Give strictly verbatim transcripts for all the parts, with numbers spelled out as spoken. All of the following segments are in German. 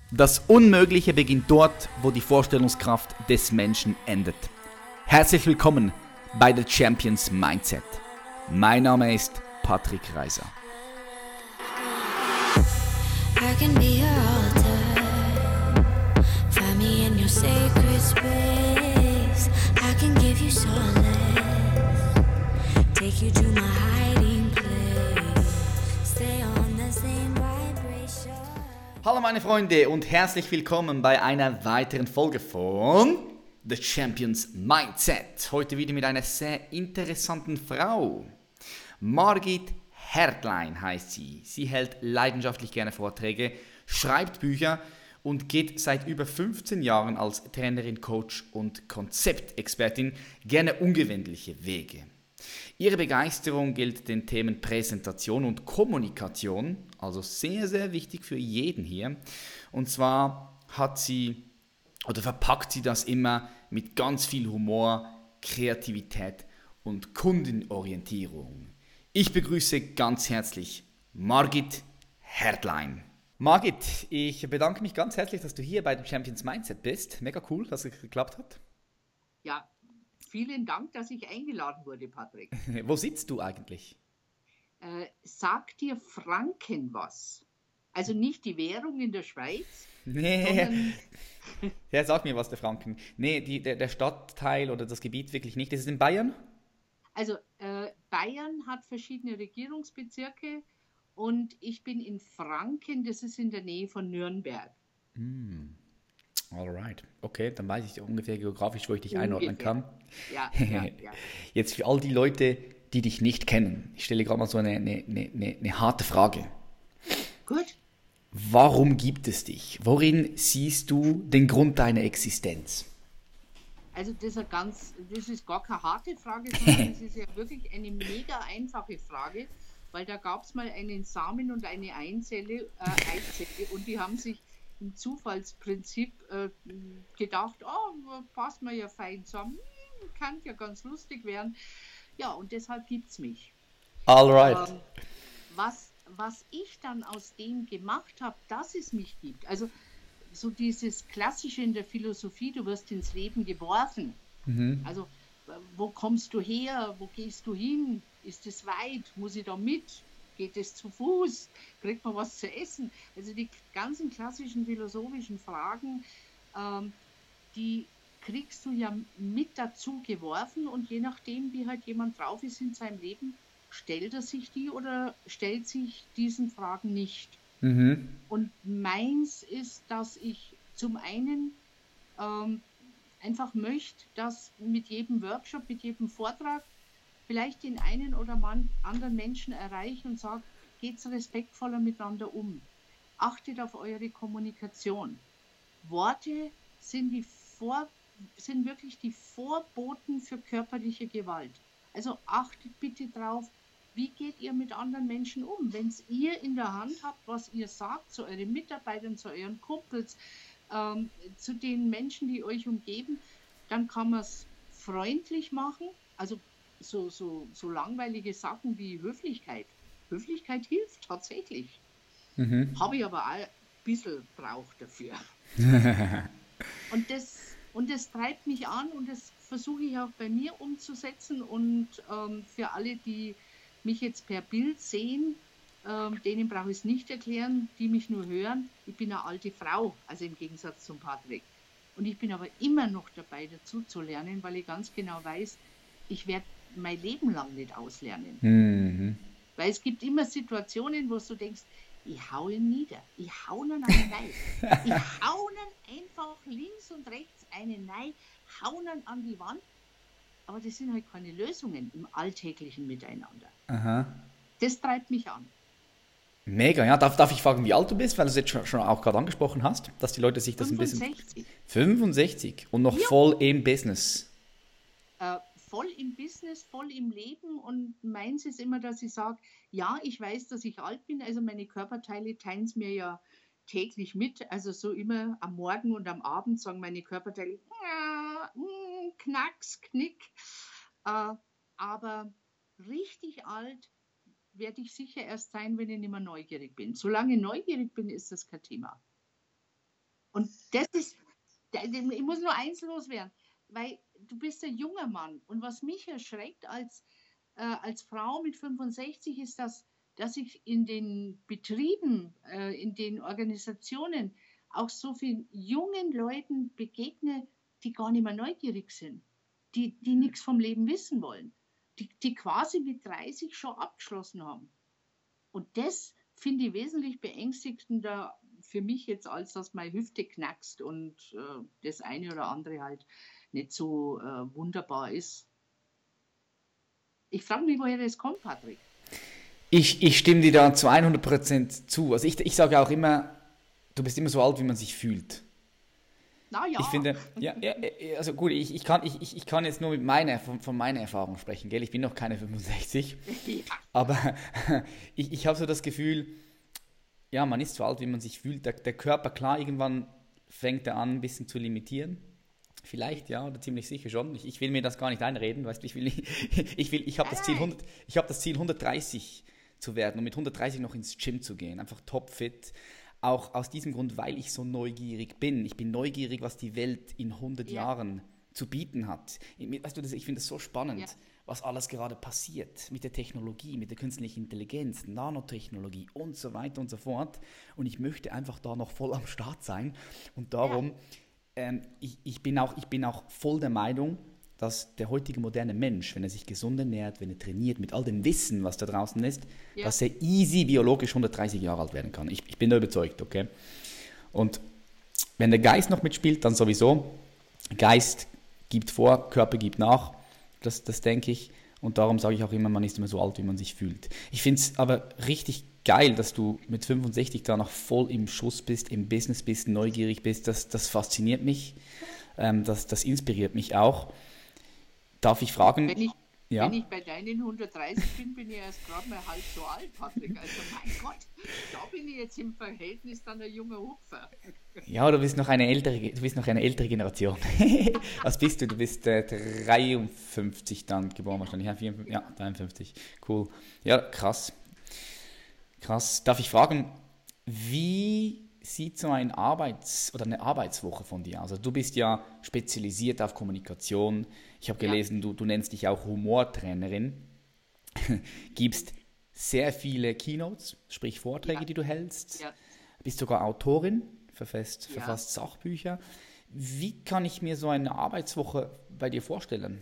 Das Unmögliche beginnt dort, wo die Vorstellungskraft des Menschen endet. Herzlich willkommen bei The Champions Mindset. Mein Name ist Patrick Reiser. I can be your altar. Find me in your sacred space. I can give you solace. Take you to my hiding place. Stay on the same vibration. Hallo meine Freunde und herzlich willkommen bei einer weiteren Folge von The Champions Mindset. Heute wieder mit einer sehr interessanten Frau. Margit Hertlein heißt sie. Sie hält leidenschaftlich gerne Vorträge, schreibt Bücher und geht seit über fünfzehn Jahren als Trainerin, Coach und Konzeptexpertin gerne ungewöhnliche Wege. Ihre Begeisterung gilt den Themen Präsentation und Kommunikation, also sehr, sehr wichtig für jeden hier. Und zwar hat sie oder verpackt sie das immer mit ganz viel Humor, Kreativität und Kundenorientierung. Ich begrüße ganz herzlich Margit Hertlein. Margit, ich bedanke mich ganz herzlich, dass du hier bei dem Champions Mindset bist. Mega cool, dass es geklappt hat. Ja, vielen Dank, dass ich eingeladen wurde, Patrick. Wo sitzt du eigentlich? Äh, sagt dir Franken was? Also nicht die Währung in der Schweiz, Nee, sondern... ja, sag mir was, der Franken. Nee, die, der, der Stadtteil oder das Gebiet wirklich nicht. Ist es in Bayern? Also äh, Bayern hat verschiedene Regierungsbezirke und ich bin in Franken, das ist in der Nähe von Nürnberg. Mm. Alright, okay, dann weiß ich ungefähr geografisch, wo ich dich Ungefähr. einordnen kann. Ja, ja, ja. Jetzt für all die Leute, die dich nicht kennen, ich stelle gerade mal so eine, eine, eine, eine harte Frage. Gut. Warum gibt es dich? Worin siehst du den Grund deiner Existenz? Also das ist, eine ganz, das ist gar keine harte Frage, sondern das ist ja wirklich eine mega einfache Frage, weil da gab es mal einen Samen und eine Einzelle, äh, Eizelle und die haben sich im Zufallsprinzip äh, gedacht, oh, passt mir ja fein zusammen, hm, kann ja ganz lustig werden. Ja, und deshalb gibt es mich. Alright. Ähm, was, was ich dann aus dem gemacht habe, dass es mich gibt, also so dieses Klassische in der Philosophie, du wirst ins Leben geworfen. Mhm. Also wo kommst du her, wo gehst du hin, ist es weit, muss ich da mit? Geht es zu Fuß? Kriegt man was zu essen? Also die ganzen klassischen philosophischen Fragen, ähm, die kriegst du ja mit dazu geworfen und je nachdem, wie halt jemand drauf ist in seinem Leben, stellt er sich die oder stellt sich diesen Fragen nicht. Mhm. Und meins ist, dass ich zum einen ähm, einfach möchte, dass mit jedem Workshop, mit jedem Vortrag vielleicht den einen oder man, anderen Menschen erreichen und sagt, geht respektvoller miteinander um. Achtet auf eure Kommunikation. Worte sind, die Vor, sind wirklich die Vorboten für körperliche Gewalt. Also achtet bitte drauf, wie geht ihr mit anderen Menschen um? Wenn es ihr in der Hand habt, was ihr sagt zu euren Mitarbeitern, zu euren Kumpels, ähm, zu den Menschen, die euch umgeben, dann kann man es freundlich machen. Also so, so, so langweilige Sachen wie Höflichkeit. Höflichkeit hilft tatsächlich. Mhm. Habe ich aber auch ein bisschen braucht dafür. Und das, und das treibt mich an und das versuche ich auch bei mir umzusetzen. Und ähm, für alle, die mich jetzt per Bild sehen, ähm, denen brauche ich es nicht erklären, die mich nur hören. Ich bin eine alte Frau, also im Gegensatz zum Patrick. Und ich bin aber immer noch dabei, dazu zu lernen, weil ich ganz genau weiß, ich werde mein Leben lang nicht auslernen. Mhm. Weil es gibt immer Situationen, wo du denkst, ich hau ihn nieder, ich hau ihn einen rein, ich hau ihn einfach links und rechts einen rein, hau ihn an die Wand. Aber das sind halt keine Lösungen im alltäglichen Miteinander. Aha. Das treibt mich an. Mega, ja. Darf, darf ich fragen, wie alt du bist, weil du es jetzt schon, schon auch gerade angesprochen hast, dass die Leute sich das ein bisschen... fünfundsechzig. fünfundsechzig und noch Ja. voll im Business. Äh, voll im Business, voll im Leben und meins ist immer, dass ich sage, ja, ich weiß, dass ich alt bin, also meine Körperteile teilen es mir ja täglich mit, also so immer am Morgen und am Abend sagen meine Körperteile, "Ja, mm, Knacks, Knick, äh, aber richtig alt werde ich sicher erst sein, wenn ich nicht mehr neugierig bin. Solange ich neugierig bin, ist das kein Thema. Das ist, ich muss nur eins loswerden, weil du bist ein junger Mann und was mich erschreckt als, äh, als Frau mit fünfundsechzig ist, dass, dass ich in den Betrieben, äh, in den Organisationen auch so vielen jungen Leuten begegne, die gar nicht mehr neugierig sind, die, die nichts vom Leben wissen wollen, die, die quasi mit dreißig schon abgeschlossen haben. Und das finde ich wesentlich beängstigender für mich jetzt, als dass meine Hüfte knackst und äh, das eine oder andere halt nicht so äh, wunderbar ist. Ich frage mich, woher das kommt, Patrick. Ich, ich stimme dir da zu hundert Prozent zu. Also ich, ich sage auch immer, du bist immer so alt, wie man sich fühlt. Na ja. Ich finde, ja, ja, also gut, ich, ich, kann, ich, ich kann jetzt nur mit meiner, von, von meiner Erfahrung sprechen, gell? Ich bin noch keine fünfundsechzig, Ja. aber ich, ich habe so das Gefühl, ja, man ist so alt, wie man sich fühlt. Der, der Körper, klar, irgendwann fängt er an, ein bisschen zu limitieren. Vielleicht, ja, oder ziemlich sicher schon. Ich, ich will mir das gar nicht einreden, weißt du, ich will, nicht, ich will, ich habe das Ziel hundert, ich habe das Ziel hundertdreißig zu werden und mit hundertdreißig noch ins Gym zu gehen, einfach topfit. Auch aus diesem Grund, weil ich so neugierig bin. Ich bin neugierig, was die Welt in hundert Ja. Jahren zu bieten hat. Weißt du, das, ich finde das so spannend, Ja. was alles gerade passiert mit der Technologie, mit der künstlichen Intelligenz, Nanotechnologie und so weiter und so fort. Und ich möchte einfach da noch voll am Start sein. Und darum, ähm, ich, ich, bin auch, ich bin auch voll der Meinung, dass der heutige moderne Mensch, wenn er sich gesund ernährt, wenn er trainiert, mit all dem Wissen, was da draußen ist, Ja. dass er easy biologisch hundertdreißig Jahre alt werden kann. Ich, ich bin da überzeugt, okay? Und wenn der Geist noch mitspielt, dann sowieso. Geist gibt vor, Körper gibt nach. Das, das denke ich. Und darum sage ich auch immer, man ist immer so alt, wie man sich fühlt. Ich finde es aber richtig geil, dass du mit fünfundsechzig da noch voll im Schuss bist, im Business bist, neugierig bist. Das, das fasziniert mich. Ähm, das, das inspiriert mich auch. Darf ich fragen? Wenn ich, Ja? wenn ich bei deinen hundertdreißig bin, bin ich erst gerade mal halb so alt, Patrick. Also mein Gott, da bin ich jetzt im Verhältnis dann ein junger Hupfer. Ja, du bist noch eine ältere, du bist noch eine ältere Generation. Was bist du? Du bist äh, dreiundfünfzig dann geboren wahrscheinlich. Ja, vierundfünfzig, ja, dreiundfünfzig. Cool. Ja, krass. Krass. Darf ich fragen, wie sieht so ein Arbeits- oder eine Arbeitswoche von dir aus? Also du bist ja spezialisiert auf Kommunikation. Ich habe Ja. gelesen, du, du nennst dich auch Humortrainerin. Gibst sehr viele Keynotes, sprich Vorträge, Ja. die du hältst. Ja. Bist sogar Autorin, verfasst, Ja. verfasst Sachbücher. Wie kann ich mir so eine Arbeitswoche bei dir vorstellen?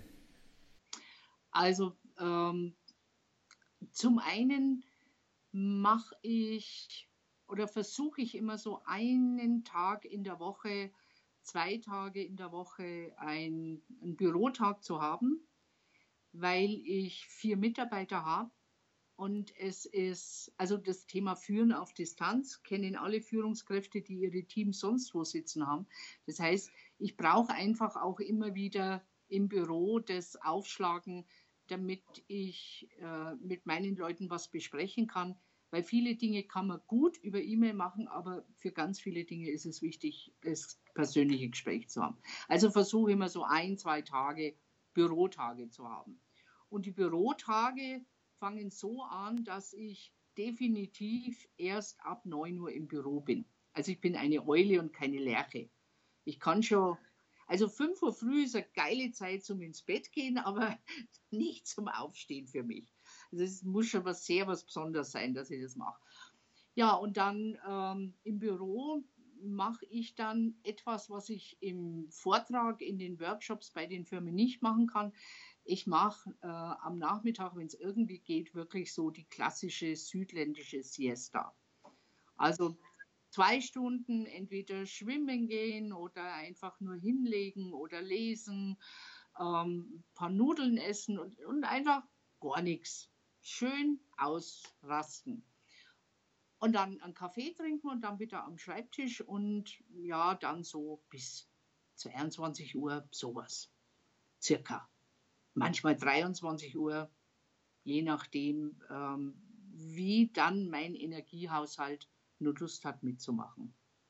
Also ähm, zum einen mache ich oder versuche ich immer so einen Tag in der Woche, zwei Tage in der Woche ein, einen Bürotag zu haben, weil ich vier Mitarbeiter habe. Und es ist, also das Thema Führen auf Distanz, kennen alle Führungskräfte, die ihre Teams sonst wo sitzen haben. Das heißt, ich brauche einfach auch immer wieder im Büro das Aufschlagen, damit ich äh, mit meinen Leuten was besprechen kann. Weil viele Dinge kann man gut über E-Mail machen, aber für ganz viele Dinge ist es wichtig, das persönliche Gespräch zu haben. Also versuche immer so ein, zwei Tage Bürotage zu haben. Und die Bürotage fangen so an, dass ich definitiv erst ab neun Uhr im Büro bin. Also ich bin eine Eule und keine Lerche. Ich kann schon, also fünf Uhr früh ist eine geile Zeit zum ins Bett gehen, aber nicht zum Aufstehen für mich. Also es muss schon was sehr was Besonderes sein, dass ich das mache. Ja, und dann ähm, im Büro mache ich dann etwas, was ich im Vortrag, in den Workshops bei den Firmen nicht machen kann. Ich mache äh, am Nachmittag, wenn es irgendwie geht, wirklich so die klassische südländische Siesta. Also zwei Stunden entweder schwimmen gehen oder einfach nur hinlegen oder lesen, ähm, ein paar Nudeln essen und, und einfach gar nichts. Schön ausrasten. Und dann einen Kaffee trinken und dann wieder am Schreibtisch und ja, dann so bis zweiundzwanzig Uhr sowas. Circa. Manchmal dreiundzwanzig Uhr, je nachdem, ähm, wie dann mein Energiehaushalt nur Lust hat mitzumachen.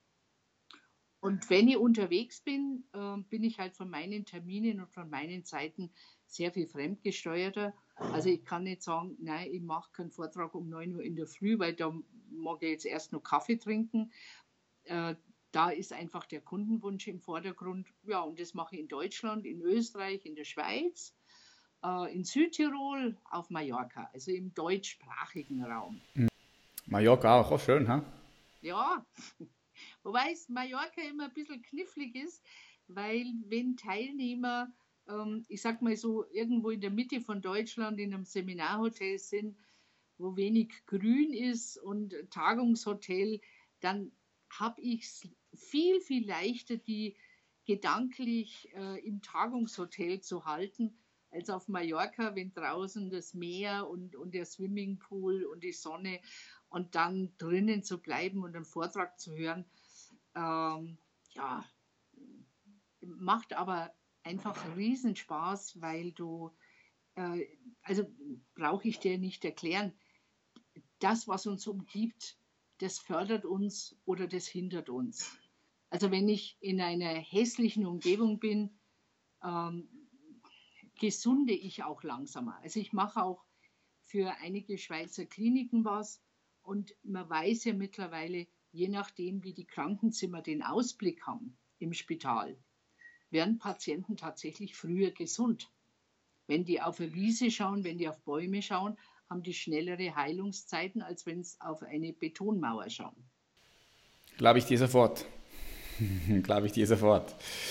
Und wenn ich unterwegs bin, äh, bin ich halt von meinen Terminen und von meinen Zeiten sehr viel fremdgesteuerter. Also ich kann nicht sagen, nein, ich mache keinen Vortrag um neun Uhr in der Früh, weil da mag ich jetzt erst noch Kaffee trinken. Äh, da ist einfach der Kundenwunsch im Vordergrund. Ja, und das mache ich in Deutschland, in Österreich, in der Schweiz, äh, in Südtirol, auf Mallorca, also im deutschsprachigen Raum. Mallorca auch, oh, schön, ha? Ja, wobei es Mallorca immer ein bisschen knifflig ist, weil wenn Teilnehmer, ähm, ich sag mal so, irgendwo in der Mitte von Deutschland in einem Seminarhotel sind, wo wenig Grün ist und Tagungshotel, dann habe ich es viel, viel leichter, die gedanklich äh, im Tagungshotel zu halten, als auf Mallorca, wenn draußen das Meer und, und der Swimmingpool und die Sonne und dann drinnen zu bleiben und einen Vortrag zu hören. Ähm, ja, macht aber einfach Riesenspaß, weil du, äh, also brauche ich dir nicht erklären, das, was uns umgibt, das fördert uns oder das hindert uns. Also wenn ich in einer hässlichen Umgebung bin, ähm, gesunde ich auch langsamer. Also ich mache auch für einige Schweizer Kliniken was und man weiß ja mittlerweile, je nachdem, wie die Krankenzimmer den Ausblick haben im Spital, werden Patienten tatsächlich früher gesund. Wenn die auf eine Wiese schauen, wenn die auf Bäume schauen, haben die schnellere Heilungszeiten, als wenn sie auf eine Betonmauer schauen. Glaube ich dir sofort. Glaube ich dir sofort.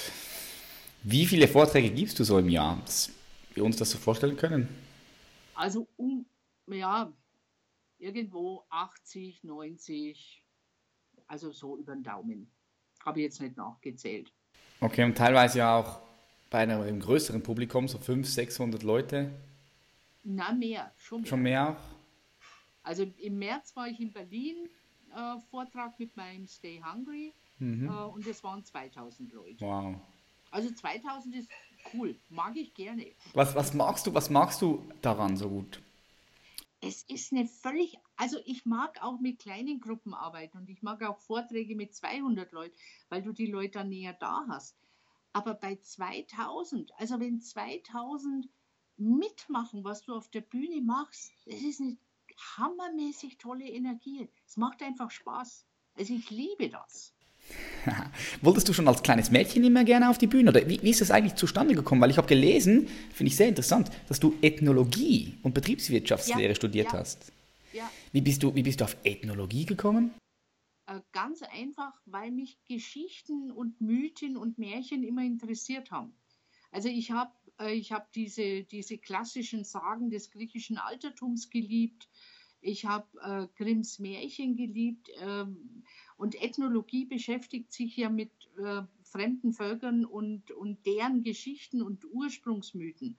Wie viele Vorträge gibst du so im Jahr, dass wir uns das so vorstellen können? Also, um, ja, irgendwo achtzig, neunzig, also so über den Daumen. Habe ich jetzt nicht nachgezählt. Okay, und teilweise ja auch bei einem, einem größeren Publikum, so fünfhundert, sechshundert Leute. Na, mehr, schon mehr. Schon mehr auch? Also im März war ich in Berlin, äh, Vortrag mit meinem Stay Hungry, Mhm. äh, und es waren zweitausend Leute. Wow. Also zweitausend ist cool, mag ich gerne. Was, was magst du, was magst du daran so gut? Es ist eine völlig, also ich mag auch mit kleinen Gruppen arbeiten und ich mag auch Vorträge mit zweihundert Leuten, weil du die Leute dann näher da hast. Aber bei zweitausend, also wenn zweitausend mitmachen, was du auf der Bühne machst, das ist eine hammermäßig tolle Energie. Es macht einfach Spaß. Also ich liebe das. Wolltest du schon als kleines Mädchen immer gerne auf die Bühne? Oder wie, wie ist das eigentlich zustande gekommen? Weil ich habe gelesen, finde ich sehr interessant, dass du Ethnologie und Betriebswirtschaftslehre Ja, studiert ja. hast. Ja, Wie bist du, wie bist du auf Ethnologie gekommen? äh, ganz einfach, weil mich Geschichten und Mythen und Märchen immer interessiert haben. Also ich habe äh, ich hab diese, diese klassischen Sagen des griechischen Altertums geliebt. Ich habe äh, Grimms Märchen geliebt. Ähm, und Ethnologie beschäftigt sich ja mit äh, fremden Völkern und, und deren Geschichten und Ursprungsmythen.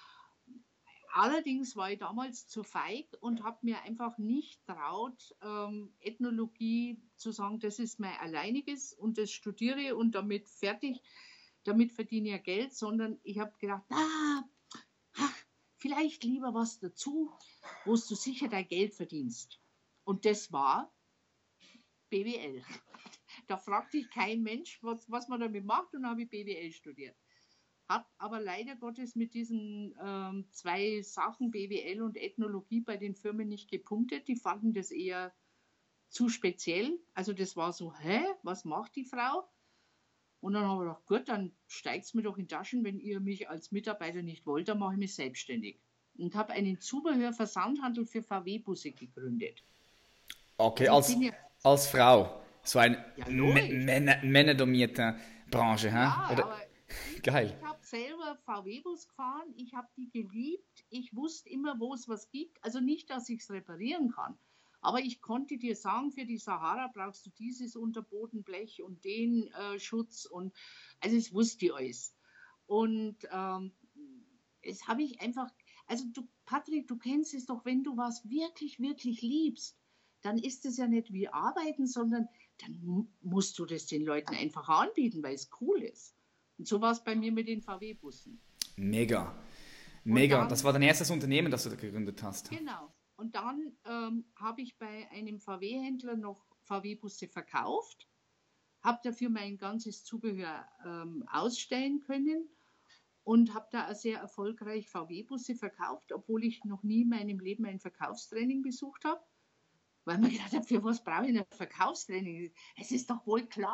Allerdings war ich damals zu feig und habe mir einfach nicht traut, ähm, Ethnologie zu sagen, das ist mein alleiniges und das studiere und damit fertig, damit verdiene ich ja Geld, sondern ich habe gedacht, ah, ach, vielleicht lieber was dazu, wo du sicher dein Geld verdienst. Und das war B W L. Da fragt dich kein Mensch, was, was man damit macht, und dann habe ich B W L studiert. Hat aber leider Gottes mit diesen ähm, zwei Sachen, B W L und Ethnologie, bei den Firmen nicht gepunktet. Die fanden das eher zu speziell. Also das war so, hä, was macht die Frau? Und dann habe ich gedacht, gut, dann steigt es mir doch in die Taschen, wenn ihr mich als Mitarbeiter nicht wollt, dann mache ich mich selbstständig. Und habe einen Zubehörversandhandel für V W-Busse gegründet. Okay, Also ich als, bin ja, als Frau. So eine ja mä- logisch. Männer, männerdominierte Branche, hä? Ja, Oder, aber ich, geil. ich habe selber V W-Bus gefahren, ich habe die geliebt, ich wusste immer, wo es was gibt. Also nicht, dass ich es reparieren kann, aber ich konnte dir sagen, für die Sahara brauchst du dieses Unterbodenblech und den äh, Schutz, und also es wusste ich alles. Und ähm, es habe ich einfach, also du, Patrick, du kennst es doch, wenn du was wirklich, wirklich liebst, dann ist es ja nicht wie Arbeiten, sondern dann mu- musst du das den Leuten einfach anbieten, weil es cool ist. Und so war es bei mir mit den V W-Bussen. Mega. Und Mega. Das dann, war dein erstes Unternehmen, das du da gegründet hast. genau, und dann ähm, habe ich bei einem V W-Händler noch V W-Busse verkauft, habe dafür mein ganzes Zubehör ähm, ausstellen können und habe da auch sehr erfolgreich V W-Busse verkauft, obwohl ich noch nie in meinem Leben ein Verkaufstraining besucht habe. Weil man gedacht hat, für was brauche ich ein Verkaufstraining? Es ist doch wohl klar.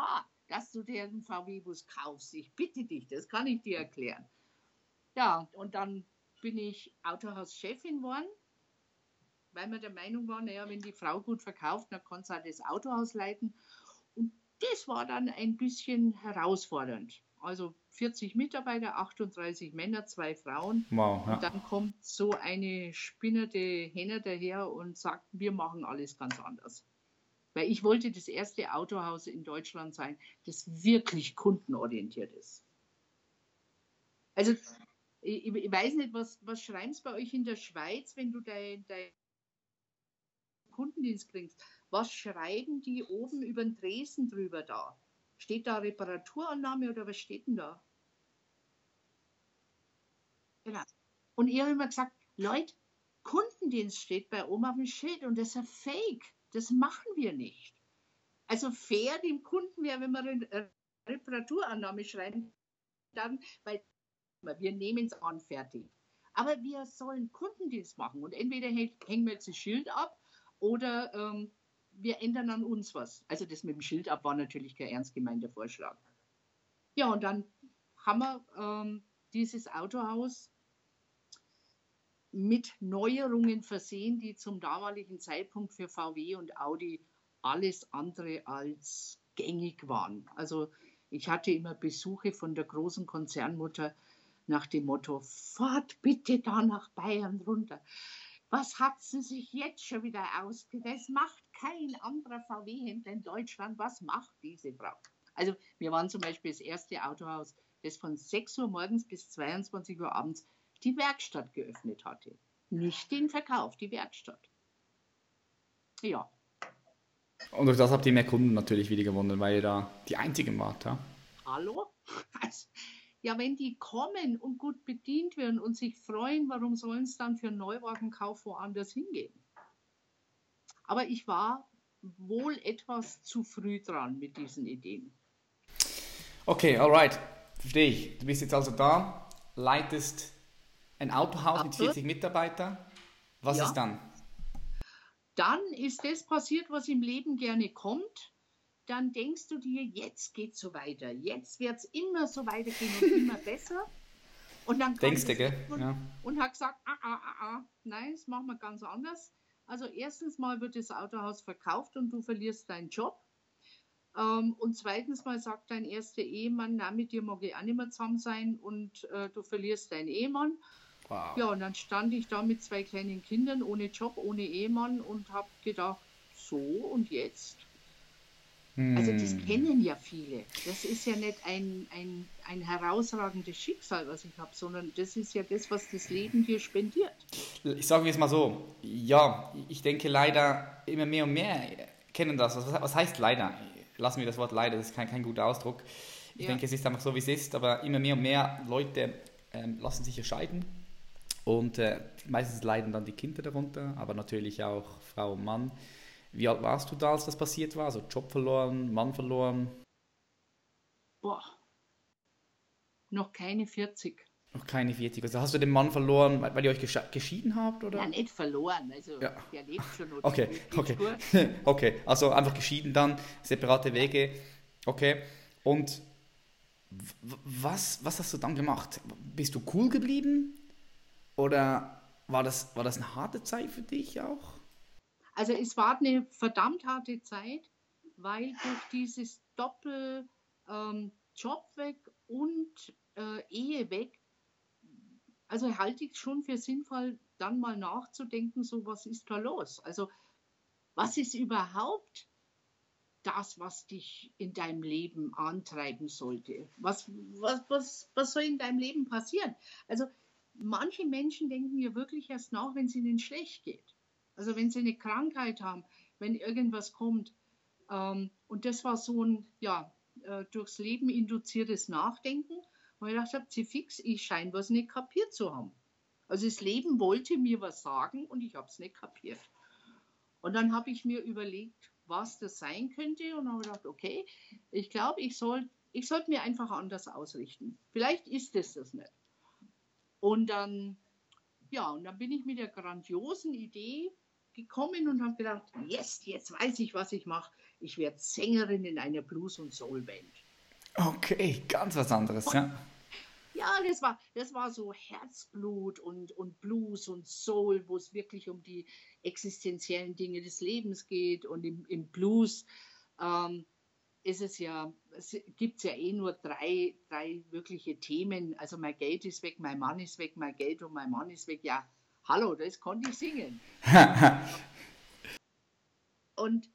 dass du dir einen V W-Bus kaufst. Ich bitte dich, das kann ich dir erklären. Ja, und dann bin ich Autohauschefin geworden, weil wir der Meinung waren, naja, wenn die Frau gut verkauft, dann kann sie auch das Autohaus leiten. Und das war dann ein bisschen herausfordernd. Also vierzig Mitarbeiter, achtunddreißig Männer, zwei Frauen. Wow, ja. Und dann kommt so eine spinnerte Henner daher und sagt, wir machen alles ganz anders. Weil ich wollte das erste Autohaus in Deutschland sein, das wirklich kundenorientiert ist. Also ich, ich weiß nicht, was, was schreiben sie bei euch in der Schweiz, wenn du dein, dein Kundendienst kriegst? Was schreiben die oben über den Tresen drüber da? Steht da Reparaturannahme oder was steht denn da? Genau. Und ich habe immer gesagt, Leute, Kundendienst steht bei oben auf dem Schild und das ist ein Fake. Das machen wir nicht. Also fair dem Kunden wäre, wenn wir eine Reparaturannahme schreiben, dann, weil wir nehmen es an, fertig. Aber wir sollen Kundendienst machen und entweder hängen wir jetzt das Schild ab oder ähm, wir ändern an uns was. Also das mit dem Schild ab war natürlich kein ernst gemeinter Vorschlag. Ja, und dann haben wir ähm, dieses Autohaus mit Neuerungen versehen, die zum damaligen Zeitpunkt für V W und Audi alles andere als gängig waren. Also ich hatte immer Besuche von der großen Konzernmutter nach dem Motto, fahrt bitte da nach Bayern runter. Was hat sie sich jetzt schon wieder ausgedacht? Das macht kein anderer V W-Händler in Deutschland. Was macht diese Frau? Also wir waren zum Beispiel das erste Autohaus, das von sechs Uhr morgens bis zweiundzwanzig Uhr abends die Werkstatt geöffnet hatte. Nicht den Verkauf, die Werkstatt. Ja. Und durch das habt ihr mehr Kunden natürlich wieder gewonnen, weil ihr da die Einzigen wart. Ja? Hallo? Also, ja, wenn die kommen und gut bedient werden und sich freuen, warum sollen es dann für einen Neuwagenkauf woanders hingehen? Aber ich war wohl etwas zu früh dran mit diesen Ideen. Okay, alright. Verstehe ich. Du bist jetzt also da, leitest ein Autohaus Absolut. Mit vierzig Mitarbeitern. Was Ja. ist dann? Dann ist das passiert, was im Leben gerne kommt. Dann denkst du dir, jetzt geht's so weiter. Jetzt wird es immer so weitergehen und immer besser. Und dann kam Denkst du, das gell? und, Ja. und hat gesagt, ah, ah, ah, ah, nein, das machen wir ganz anders. Also erstens mal wird das Autohaus verkauft und du verlierst deinen Job. Ähm, und zweitens mal sagt dein erster Ehemann, na, mit dir mag ich auch nicht mehr zusammen sein und äh, du verlierst deinen Ehemann. Wow. Ja, und dann stand ich da mit zwei kleinen Kindern, ohne Job, ohne Ehemann und habe gedacht, so und jetzt? Hm. Also das kennen ja viele. Das ist ja nicht ein, ein, ein herausragendes Schicksal, was ich habe, sondern das ist ja das, was das Leben dir spendiert. Ich sage es mal so, ja, ich denke leider immer mehr und mehr kennen das. Was, was heißt leider? Lassen wir das Wort leider, das ist kein, kein guter Ausdruck. Ich Ja. denke, es ist einfach so, wie es ist, aber immer mehr und mehr Leute ähm, lassen sich ja scheiden und äh, meistens leiden dann die Kinder darunter, aber natürlich auch Frau und Mann. Wie alt warst du da, als das passiert war? Also Job verloren, Mann verloren? Boah, noch keine vierzig. Noch keine vierzig. Also hast du den Mann verloren, weil, weil ihr euch gesche- geschieden habt, oder? Ja, nicht verloren, also Ja. der lebt schon noch. Okay, der geht's okay. gut. Okay, also einfach geschieden dann, separate Wege. Okay, und w- was, was hast du dann gemacht? Bist du cool geblieben? Oder war das, war das eine harte Zeit für dich auch? Also es war eine verdammt harte Zeit, weil durch dieses Doppel ähm, Job weg und äh, Ehe weg, also halte ich es schon für sinnvoll, dann mal nachzudenken, so was ist da los? Also was ist überhaupt das, was dich in deinem Leben antreiben sollte? Was, was, was, was soll in deinem Leben passieren? Also manche Menschen denken ja wirklich erst nach, wenn es ihnen schlecht geht. Also wenn sie eine Krankheit haben, wenn irgendwas kommt. Ähm, und das war so ein, ja, äh, durchs Leben induziertes Nachdenken. Und ich dachte, sie fix, ich scheine was nicht kapiert zu haben. Also das Leben wollte mir was sagen und ich habe es nicht kapiert. Und dann habe ich mir überlegt, was das sein könnte und habe gedacht, okay, ich glaube, ich soll, ich sollte mir einfach anders ausrichten. Vielleicht ist es das nicht. Und dann, ja, und dann bin ich mit der grandiosen Idee gekommen und habe gedacht, yes, jetzt weiß ich, was ich mache. ich werde Sängerin in einer Blues- und Soul-Band. Okay, ganz was anderes, ja. Ja, das war, das war so Herzblut und, und Blues und Soul, wo es wirklich um die existenziellen Dinge des Lebens geht. Und im, im Blues ähm, ist es ja, es gibt ja eh nur drei, drei wirkliche Themen. Also mein Geld ist weg, mein Mann ist weg, mein Geld und mein Mann ist weg. Ja, hallo, das konnte ich singen. Und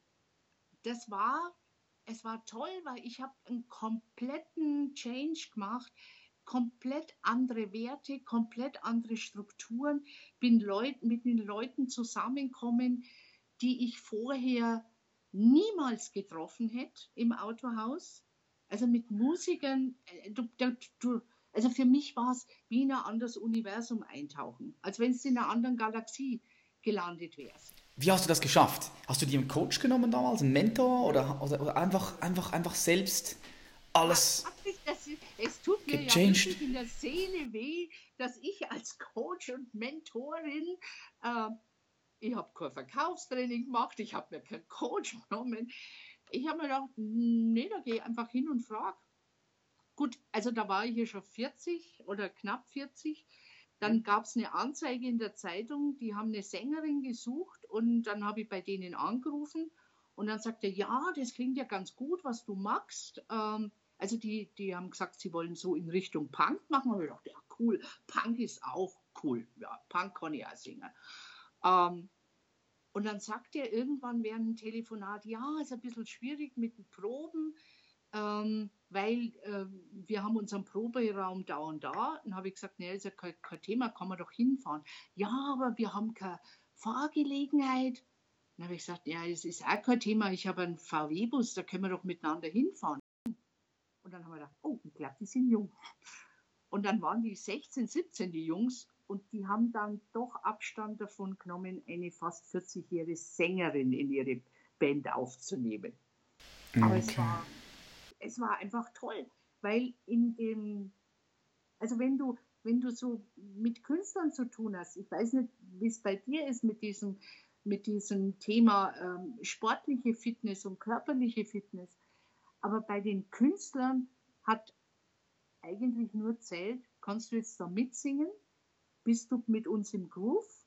das war, es war toll, weil ich habe einen kompletten Change gemacht, komplett andere Werte, komplett andere Strukturen, bin Leut, mit den Leuten zusammengekommen, die ich vorher niemals getroffen hätte im Autohaus. Also mit Musikern, du, du, also für mich war es wie in ein anderes Universum eintauchen, als wenn du in einer anderen Galaxie gelandet wärst. Wie hast du das geschafft? Hast du dir einen Coach genommen damals, einen Mentor oder, oder, oder einfach, einfach, einfach selbst alles das, es tut mir gechanged? Ja wirklich in der Seele weh, dass ich als Coach und Mentorin, äh, ich habe kein Verkaufstraining gemacht, ich habe mir keinen Coach genommen. Ich habe mir gedacht, nee, da gehe ich einfach hin und frage. Gut, also da war ich hier schon vierzig oder knapp vierzig. Dann gab es eine Anzeige in der Zeitung, die haben eine Sängerin gesucht und dann habe ich bei denen angerufen und dann sagte er, ja, das klingt ja ganz gut, was du magst. Ähm, also die, die haben gesagt, sie wollen so in Richtung Punk machen. Und ich dachte, ja cool, Punk ist auch cool. Ja, Punk kann ich auch singen. Ähm, und dann sagte er irgendwann während dem Telefonat, ja, ist ein bisschen schwierig mit den Proben. Ähm, weil äh, wir haben unseren Proberaum da und da. Dann habe ich gesagt, nee, ist ja kein, kein Thema, kann man doch hinfahren. Ja, aber wir haben keine Fahrgelegenheit. Dann habe ich gesagt, ja, das ist auch kein Thema, ich habe einen V W-Bus, da können wir doch miteinander hinfahren. Und dann haben wir gedacht, oh, ich glaube, die sind jung. Und dann waren die sechzehn, siebzehn, die Jungs, und die haben dann doch Abstand davon genommen, eine fast vierzig-jährige Sängerin in ihre Band aufzunehmen. Okay. Aber es war... Es war einfach toll, weil in dem, also wenn du, wenn du so mit Künstlern zu tun hast, ich weiß nicht, wie es bei dir ist mit diesem, mit diesem Thema ähm, sportliche Fitness und körperliche Fitness, aber bei den Künstlern hat eigentlich nur zählt, kannst du jetzt da mitsingen, bist du mit uns im Groove,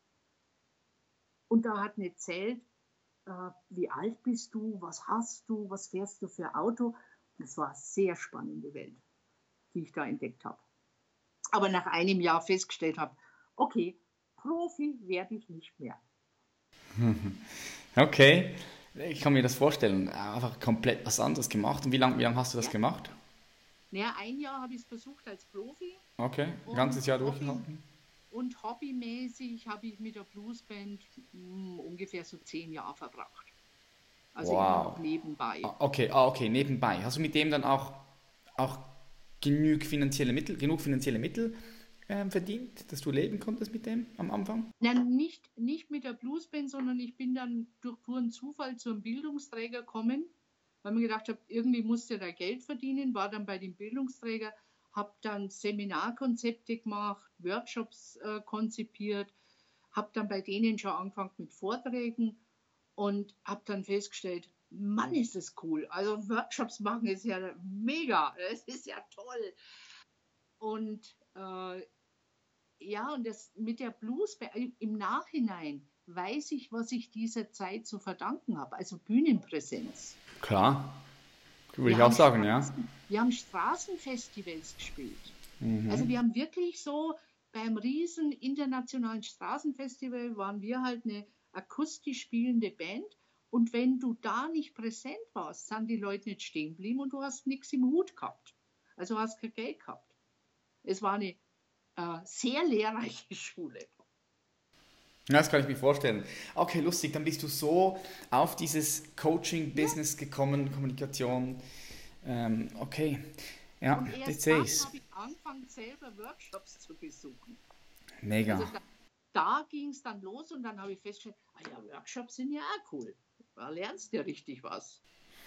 und da hat nicht zählt, äh, wie alt bist du, was hast du, was fährst du für Auto. Das war eine sehr spannende Welt, die ich da entdeckt habe. Aber nach einem Jahr festgestellt habe, okay, Profi werde ich nicht mehr. Okay, ich kann mir das vorstellen. Einfach komplett was anderes gemacht. Und wie lange wie lang hast du das ja. gemacht? Naja, ein Jahr habe ich es versucht als Profi. Okay, ein ganzes Jahr durchgehalten. Und hobbymäßig habe ich mit der Bluesband mh, ungefähr so zehn Jahre verbracht. Also wow. Immer noch nebenbei. Okay, ah, okay, nebenbei. Hast du mit dem dann auch, auch genug finanzielle Mittel, genug finanzielle Mittel äh, verdient, dass du leben konntest mit dem am Anfang? Nein, nicht, nicht mit der Bluesband, sondern ich bin dann durch puren Zufall zum Bildungsträger gekommen, weil mir gedacht habe, irgendwie musst du da Geld verdienen, war dann bei dem Bildungsträger, habe dann Seminarkonzepte gemacht, Workshops äh, konzipiert, habe dann bei denen schon angefangen mit Vorträgen. Und habe dann festgestellt, Mann, ist das cool. Also Workshops machen ist ja mega. Es ist ja toll. Und äh, ja, und das mit der Blues, im Nachhinein weiß ich, was ich dieser Zeit zu verdanken habe. Also Bühnenpräsenz. Klar, würde ich auch sagen, Straßen, ja. Wir haben Straßenfestivals gespielt. Mhm. Also wir haben wirklich so beim riesen internationalen Straßenfestival waren wir halt eine akustisch spielende Band, und wenn du da nicht präsent warst, sind die Leute nicht stehen geblieben und du hast nichts im Hut gehabt. Also hast kein Geld gehabt. Es war eine äh, sehr lehrreiche Schule. Das kann ich mir vorstellen. Okay, lustig, dann bist du so auf dieses Coaching-Business ja. gekommen, Kommunikation. Ähm, okay, ja, und erst jetzt dann sehe ich. habe ich angefangen, selber Workshops zu besuchen. Mega. Also da da ging es dann los und dann habe ich festgestellt, ah ja, Workshops sind ja auch cool. Da lernst du ja richtig was.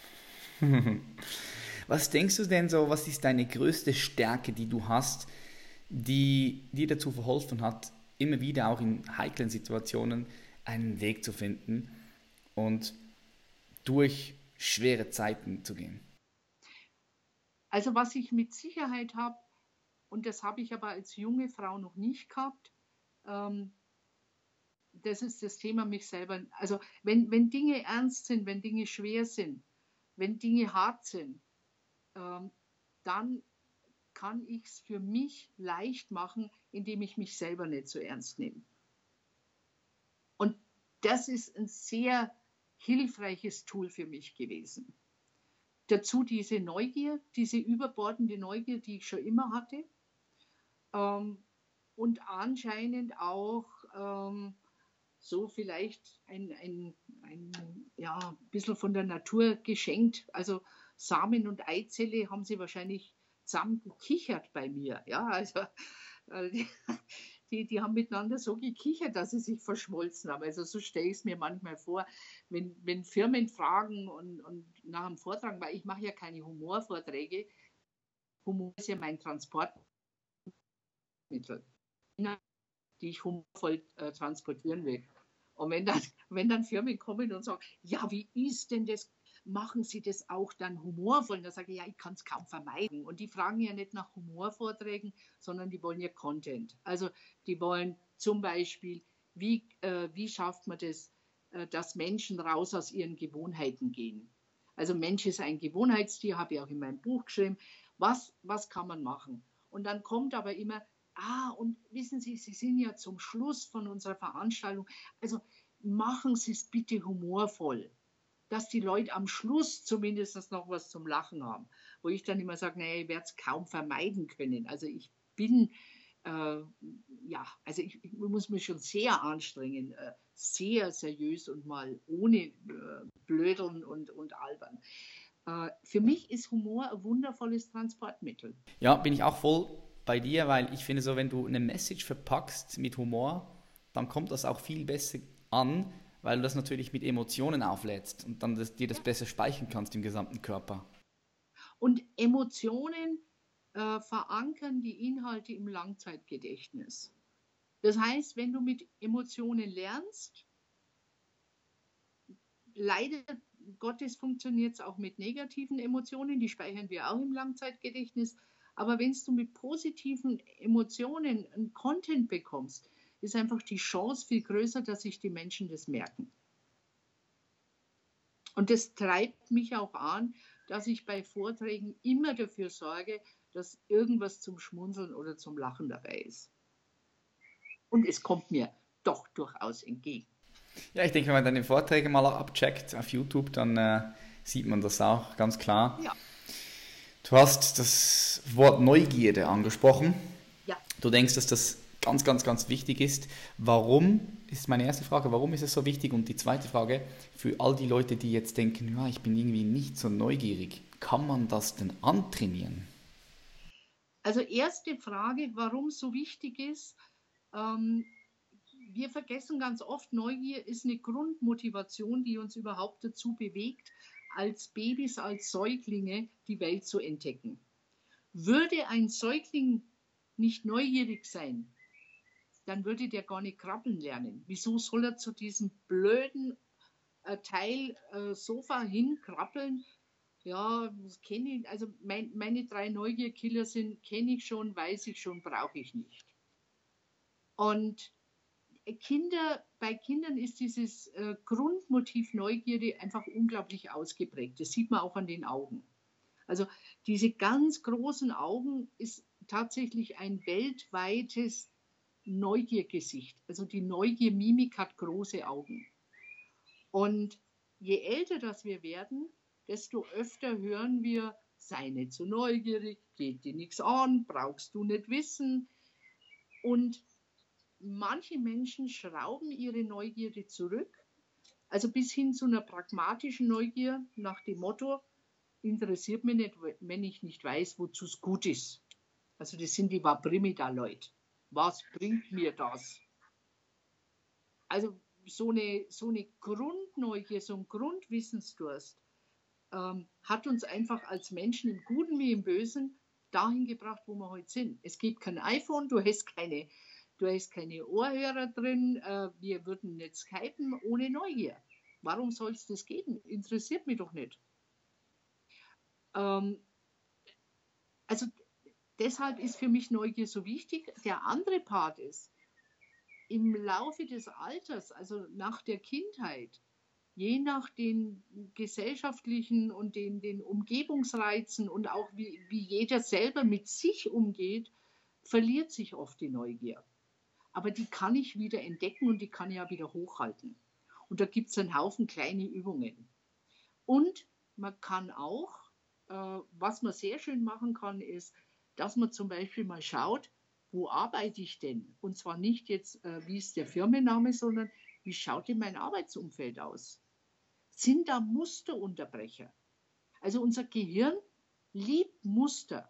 Was denkst du denn so, was ist deine größte Stärke, die du hast, die dir dazu verholfen hat, immer wieder auch in heiklen Situationen einen Weg zu finden und durch schwere Zeiten zu gehen? Also was ich mit Sicherheit habe, und das habe ich aber als junge Frau noch nicht gehabt, ähm, das ist das Thema mich selber. Also wenn, wenn Dinge ernst sind, wenn Dinge schwer sind, wenn Dinge hart sind, ähm, dann kann ich es für mich leicht machen, indem ich mich selber nicht so ernst nehme. Und das ist ein sehr hilfreiches Tool für mich gewesen. Dazu diese Neugier, diese überbordende Neugier, die ich schon immer hatte. Ähm, und anscheinend auch ähm, so vielleicht ein, ein, ein ja, ein bisschen von der Natur geschenkt. Also Samen und Eizelle haben sie wahrscheinlich zusammen gekichert bei mir. Ja, also äh, die, die haben miteinander so gekichert, dass sie sich verschmolzen haben. Also so stelle ich es mir manchmal vor, wenn, wenn Firmen fragen und, und nach dem Vortrag, weil ich mache ja keine Humorvorträge. Humor ist ja mein Transportmittel, die ich humorvoll äh, transportieren will. Und wenn dann, wenn dann Firmen kommen und sagen, ja, wie ist denn das? Machen Sie das auch dann humorvoll? Und dann sage ich, ja, ich kann es kaum vermeiden. Und die fragen ja nicht nach Humorvorträgen, sondern die wollen ja Content. Also die wollen zum Beispiel, wie, äh, wie schafft man das, äh, dass Menschen raus aus ihren Gewohnheiten gehen? Also Mensch ist ein Gewohnheitstier, habe ich auch in meinem Buch geschrieben. Was, was kann man machen? Und dann kommt aber immer, ah, und wissen Sie, Sie sind ja zum Schluss von unserer Veranstaltung, also machen Sie es bitte humorvoll, dass die Leute am Schluss zumindest noch was zum Lachen haben. Wo ich dann immer sage, naja, ich werde es kaum vermeiden können. Also ich bin, äh, ja, also ich, ich muss mich schon sehr anstrengen, äh, sehr seriös und mal ohne äh, Blödeln und, und Albern. Äh, für mich ist Humor ein wundervolles Transportmittel. Ja, bin ich auch voll bei dir, weil ich finde so, wenn du eine Message verpackst mit Humor, dann kommt das auch viel besser an, weil du das natürlich mit Emotionen auflädst und dann das, dir das besser speichern kannst im gesamten Körper. Und Emotionen äh, verankern die Inhalte im Langzeitgedächtnis. Das heißt, wenn du mit Emotionen lernst, leider Gottes funktioniert es auch mit negativen Emotionen, die speichern wir auch im Langzeitgedächtnis, aber wenn du mit positiven Emotionen einen Content bekommst, ist einfach die Chance viel größer, dass sich die Menschen das merken. Und das treibt mich auch an, dass ich bei Vorträgen immer dafür sorge, dass irgendwas zum Schmunzeln oder zum Lachen dabei ist. Und es kommt mir doch durchaus entgegen. Ja, ich denke, wenn man deine Vorträge mal abcheckt auf YouTube, dann äh, sieht man das auch ganz klar. Ja. Du hast das Wort Neugierde angesprochen. Ja. Du denkst, dass das ganz, ganz, ganz wichtig ist. Warum, ist meine erste Frage, warum ist es so wichtig? Und die zweite Frage, für all die Leute, die jetzt denken, ja, ich bin irgendwie nicht so neugierig, kann man das denn antrainieren? Also erste Frage, warum es so wichtig ist. Ähm, wir vergessen ganz oft, Neugier ist eine Grundmotivation, die uns überhaupt dazu bewegt, als Babys, als Säuglinge die Welt zu entdecken. Würde ein Säugling nicht neugierig sein, dann würde der gar nicht krabbeln lernen. Wieso soll er zu diesem blöden äh, Teil äh, Sofa hinkrabbeln? Ja, das kenne ich. Also mein, meine drei Neugierkiller sind, kenne ich schon, weiß ich schon, brauche ich nicht. Und Kinder, bei Kindern ist dieses äh, Grundmotiv Neugierde einfach unglaublich ausgeprägt. Das sieht man auch an den Augen. Also diese ganz großen Augen ist tatsächlich ein weltweites Neugiergesicht. Also die Neugiermimik hat große Augen. Und je älter das wir werden, desto öfter hören wir, sei nicht so neugierig, geht dir nichts an, brauchst du nicht wissen. Und manche Menschen schrauben ihre Neugierde zurück, also bis hin zu einer pragmatischen Neugier nach dem Motto, interessiert mich nicht, wenn ich nicht weiß, wozu es gut ist. Also das sind die Wabrimida-Leute. Was bringt mir das? Also so eine, so eine Grundneugier, so ein Grundwissensdurst ähm, hat uns einfach als Menschen im Guten wie im Bösen dahin gebracht, wo wir heute sind. Es gibt kein iPhone, du hast keine, du hast keine Ohrhörer drin, äh, wir würden nicht skypen ohne Neugier. Warum soll es das geben? Interessiert mich doch nicht. Ähm, also deshalb ist für mich Neugier so wichtig. Der andere Part ist, im Laufe des Alters, also nach der Kindheit, je nach den gesellschaftlichen und den, den Umgebungsreizen und auch wie, wie jeder selber mit sich umgeht, verliert sich oft die Neugier. Aber die kann ich wieder entdecken und die kann ich ja wieder hochhalten. Und da gibt es einen Haufen kleine Übungen. Und man kann auch, äh, was man sehr schön machen kann, ist, dass man zum Beispiel mal schaut, wo arbeite ich denn? Und zwar nicht jetzt, äh, wie ist der Firmenname, sondern wie schaut denn mein Arbeitsumfeld aus? Sind da Musterunterbrecher? Also unser Gehirn liebt Muster.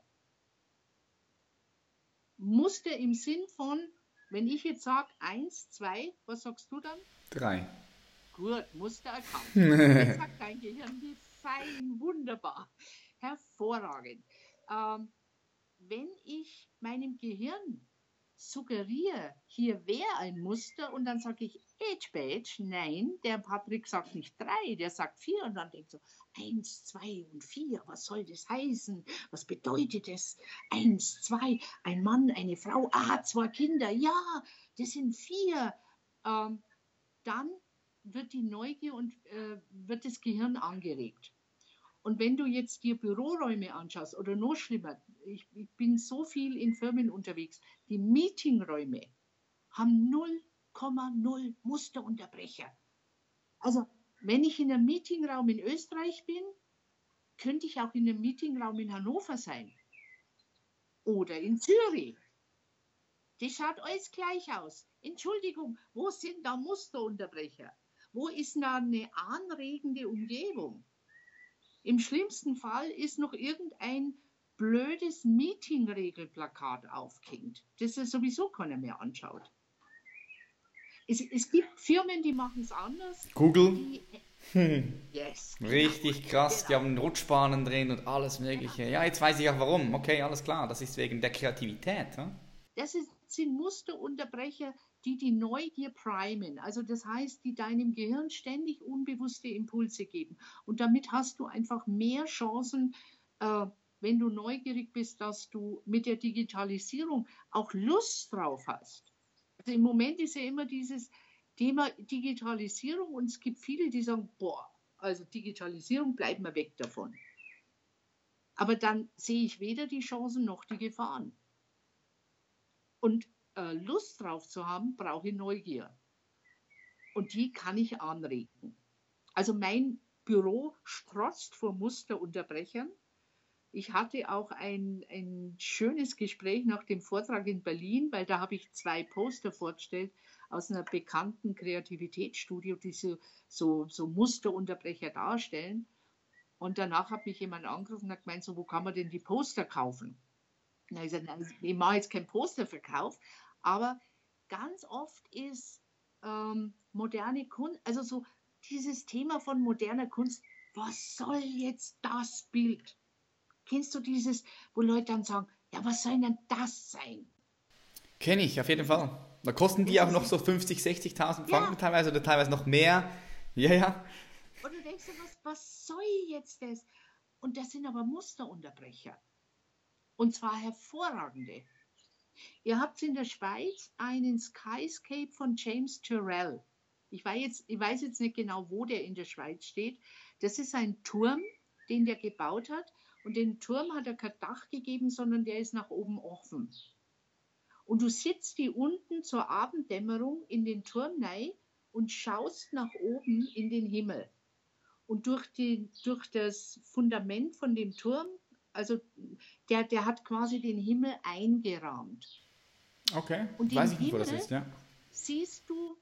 Muster im Sinn von, wenn ich jetzt sage, eins, zwei, was sagst du dann? Drei. Gut, Muster erkannt. Jetzt sagt dein Gehirn, wie fein, wunderbar, hervorragend. Ähm, wenn ich meinem Gehirn suggeriere, hier wäre ein Muster und dann sage ich Age Badge, nein, der Patrick sagt nicht drei, der sagt vier und dann denkt so, eins, zwei und vier, was soll das heißen? Was bedeutet das? Eins, zwei, ein Mann, eine Frau, ah, zwei Kinder, ja, das sind vier. Ähm, dann wird die Neugier und äh, wird das Gehirn angeregt. Und wenn du jetzt dir Büroräume anschaust oder noch schlimmer, ich, ich bin so viel in Firmen unterwegs, die Meetingräume haben null Komma null Musterunterbrecher. Also wenn ich in einem Meetingraum in Österreich bin, könnte ich auch in einem Meetingraum in Hannover sein oder in Zürich. Das schaut alles gleich aus. Entschuldigung, wo sind da Musterunterbrecher? Wo ist da eine anregende Umgebung? Im schlimmsten Fall ist noch irgendein blödes Meeting-Regelplakat aufgehängt, das ja sowieso keiner mehr anschaut. Es, es gibt Firmen, die machen es anders. Google. Die, Hm. yes. Richtig krass, die Genau. haben Rutschbahnen drin und alles Mögliche. Ja, jetzt weiß ich auch warum. Okay, alles klar, das ist wegen der Kreativität. Hm? Das ist, sind Musterunterbrecher, die die Neugier primen. Also das heißt, die deinem Gehirn ständig unbewusste Impulse geben. Und damit hast du einfach mehr Chancen, äh, wenn du neugierig bist, dass du mit der Digitalisierung auch Lust drauf hast. Also im Moment ist ja immer dieses Thema Digitalisierung und es gibt viele, die sagen, boah, also Digitalisierung, bleiben wir weg davon. Aber dann sehe ich weder die Chancen noch die Gefahren. Und äh, Lust drauf zu haben, brauche ich Neugier. Und die kann ich anregen. Also mein Büro strotzt vor Musterunterbrechern. Ich hatte auch ein, ein schönes Gespräch nach dem Vortrag in Berlin, weil da habe ich zwei Poster vorgestellt aus einer bekannten Kreativitätsstudio, die so, so, so Musterunterbrecher darstellen. Und danach hat mich jemand angerufen und hat gemeint, so, wo kann man denn die Poster kaufen? Na, ich sage, ich mache jetzt keinen Posterverkauf, aber ganz oft ist ähm, moderne Kunst, also so dieses Thema von moderner Kunst, was soll jetzt das Bild? Kennst du dieses, wo Leute dann sagen, ja, was soll denn das sein? Kenne ich, auf jeden Fall. Da kosten die auch noch so fünfzigtausend, sechzigtausend Franken Ja. teilweise oder teilweise noch mehr. Ja, ja. Und du denkst dir, was, was soll jetzt das? Und das sind aber Musterunterbrecher. Und zwar hervorragende. Ihr habt in der Schweiz einen Skyscape von James Turrell. Ich weiß, jetzt, ich weiß jetzt nicht genau, wo der in der Schweiz steht. Das ist ein Turm, den der gebaut hat. Und den Turm hat er kein Dach gegeben, sondern der ist nach oben offen. Und du sitzt hier unten zur Abenddämmerung in den Turm rein und schaust nach oben in den Himmel. Und durch, die, durch das Fundament von dem Turm, also der, der hat quasi den Himmel eingerahmt. Okay, Und weiß den ich nicht, wo das Himmel ist, ja. siehst du,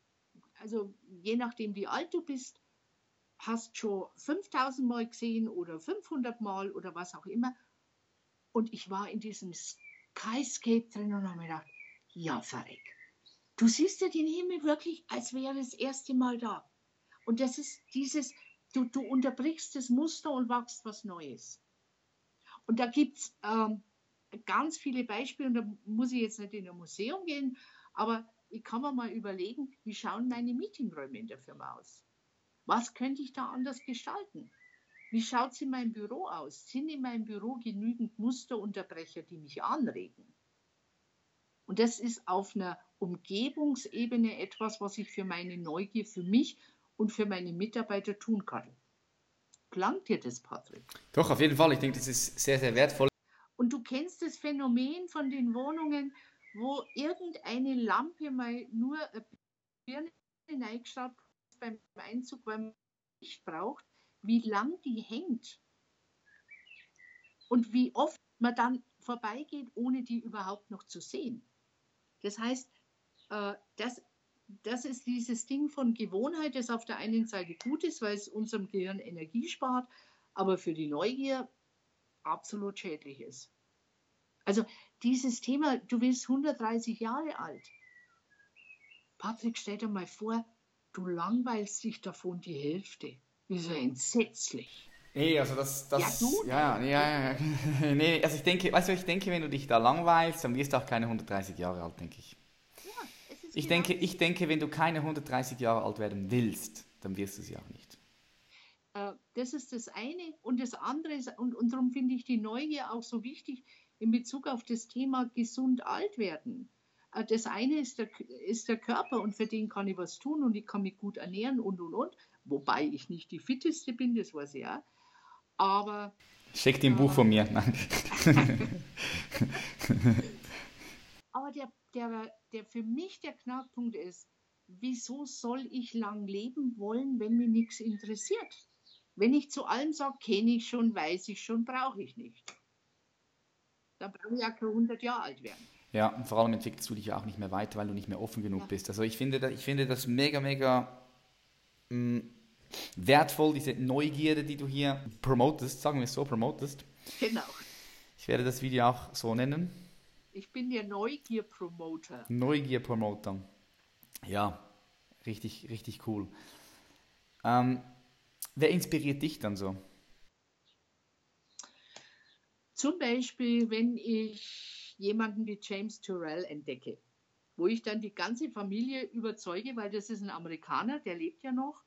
also je nachdem wie alt du bist, hast schon fünftausend Mal gesehen oder fünfhundert Mal oder was auch immer. Und ich war in diesem Skyscape drin und habe mir gedacht, ja, verreck. Du siehst ja den Himmel wirklich, als wäre das erste Mal da. Und das ist dieses, du, du unterbrichst das Muster und wachst was Neues. Und da gibt es ähm, ganz viele Beispiele, und da muss ich jetzt nicht in ein Museum gehen, aber ich kann mir mal überlegen, wie schauen meine Meetingräume in der Firma aus? Was könnte ich da anders gestalten? Wie schaut es in meinem Büro aus? Sind in meinem Büro genügend Musterunterbrecher, die mich anregen? Und das ist auf einer Umgebungsebene etwas, was ich für meine Neugier, für mich und für meine Mitarbeiter tun kann. Klang dir das, Patrick? Doch, auf jeden Fall. Ich denke, das ist sehr, sehr wertvoll. Und du kennst das Phänomen von den Wohnungen, wo irgendeine Lampe mal nur eine Birne reingeschaut beim Einzug, weil man Licht braucht, wie lang die hängt und wie oft man dann vorbeigeht, ohne die überhaupt noch zu sehen. Das heißt, äh, das, das ist dieses Ding von Gewohnheit, das auf der einen Seite gut ist, weil es unserem Gehirn Energie spart, aber für die Neugier absolut schädlich ist. Also dieses Thema, du wirst hundertdreißig Jahre alt. Patrick, stell dir mal vor, du langweilst dich davon die Hälfte. Wie so entsetzlich. Nee, also das, das Ja, du? ja, ja, ja. Nee, also ich denke, weißt du, ich denke, wenn du dich da langweilst, dann wirst du auch keine hundertdreißig Jahre alt, denke ich. Ja, es ist Ich genau denke, das. ich denke, wenn du keine hundertdreißig Jahre alt werden willst, dann wirst du sie auch nicht. Äh, Das ist das eine. Und das andere ist, und, und darum finde ich die Neugier auch so wichtig in Bezug auf das Thema gesund alt werden. Äh, Das eine ist der, ist der Körper und für den kann ich was tun und ich kann mich gut ernähren und und und. Wobei ich nicht die fitteste bin, das weiß ich auch. Aber Schick dir ein Buch von mir. Nein. Aber der, der, der für mich der Knackpunkt ist, wieso soll ich lang leben wollen, wenn mich nichts interessiert? Wenn ich zu allem sage, kenne ich schon, weiß ich schon, brauche ich nicht. Dann brauche ich ja keine hundert Jahre alt werden. Ja, und vor allem entwickelst du dich ja auch nicht mehr weiter, weil du nicht mehr offen genug Ja. bist. Also ich finde, da- ich finde das mega, mega mh, wertvoll, diese Neugierde, die du hier promotest, sagen wir es so, promotest. Genau. Ich werde das Video auch so nennen. Ich bin der Neugier-Promoter. Neugier-Promoter. Ja, richtig, richtig cool. Ähm, wer inspiriert dich dann so? Zum Beispiel, wenn ich jemanden wie James Turrell entdecke, wo ich dann die ganze Familie überzeuge, weil das ist ein Amerikaner, der lebt ja noch,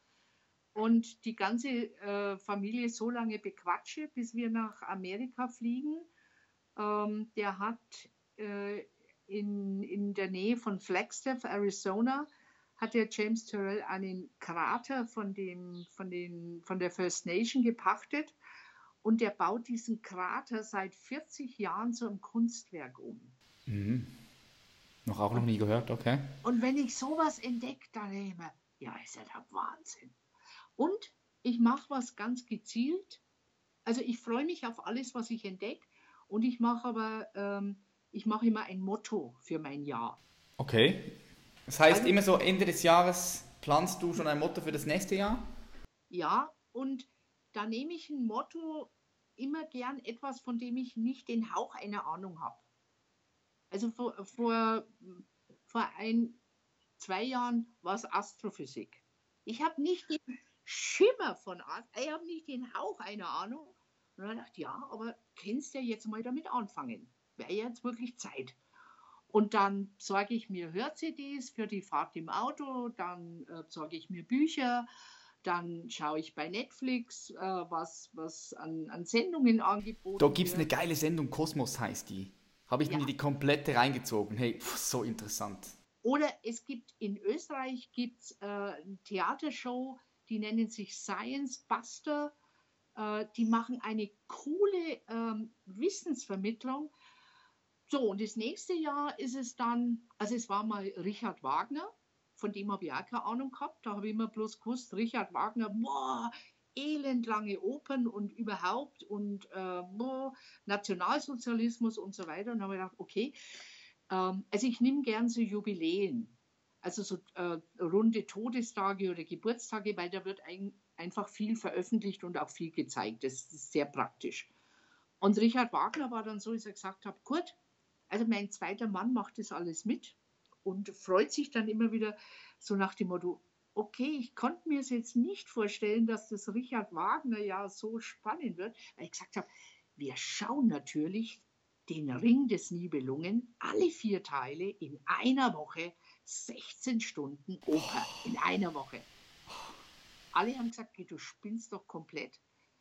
und die ganze äh, Familie so lange bequatsche, bis wir nach Amerika fliegen. Ähm, der hat äh, in, in der Nähe von Flagstaff, Arizona, hat der James Turrell einen Krater von, dem, von, den, von der First Nation gepachtet. Und der baut diesen Krater seit vierzig Jahren zu einem Kunstwerk um. Mhm. Noch auch noch nie gehört, okay. Und wenn ich sowas entdecke, dann denke ich mir, ja, ist ja der Wahnsinn. Und ich mache was ganz gezielt. Also ich freue mich auf alles, was ich entdecke. Und ich mache aber, ähm, ich mache immer ein Motto für mein Jahr. Okay. Das heißt, Also- immer so Ende des Jahres planst du schon ein Motto für das nächste Jahr? Ja, und da nehme ich ein Motto immer gern etwas, von dem ich nicht den Hauch einer Ahnung habe. Also vor, vor, vor ein, zwei Jahren war es Astrophysik. Ich habe nicht den Schimmer von Ast, ich habe nicht den Hauch einer Ahnung. Und dann dachte ich, ja, aber kannst du ja jetzt mal damit anfangen. Wäre jetzt wirklich Zeit. Und dann sorge ich mir Hör-C Ds für die Fahrt im Auto, dann äh, sorge ich mir Bücher, dann schaue ich bei Netflix, äh, was, was an, an Sendungen angeboten Da gibt es eine wird. geile Sendung, Kosmos heißt die. Habe ich Ja. mir die komplette reingezogen. Hey, pf, so interessant. Oder es gibt in Österreich gibt's, äh, eine Theatershow, die nennen sich Science Buster. Äh, die machen eine coole ähm, Wissensvermittlung. So, und das nächste Jahr ist es dann, also es war mal Richard Wagner, von dem habe ich auch keine Ahnung gehabt. Da habe ich immer bloß gewusst, Richard Wagner, boah, elendlange Opern und überhaupt und äh, boah, Nationalsozialismus und so weiter. Und dann habe ich gedacht, okay, ähm, also ich nehme gern so Jubiläen, also so äh, runde Todestage oder Geburtstage, weil da wird ein, einfach viel veröffentlicht und auch viel gezeigt. Das ist sehr praktisch. Und Richard Wagner war dann so, dass er gesagt hat, gut, also mein zweiter Mann macht das alles mit und freut sich dann immer wieder so nach dem Motto, okay, ich konnte mir es jetzt nicht vorstellen, dass das Richard Wagner ja so spannend wird, weil ich gesagt habe, wir schauen natürlich den Ring des Nibelungen, alle vier Teile in einer Woche, sechzehn Stunden Oper in einer Woche. Alle haben gesagt, du spinnst doch komplett.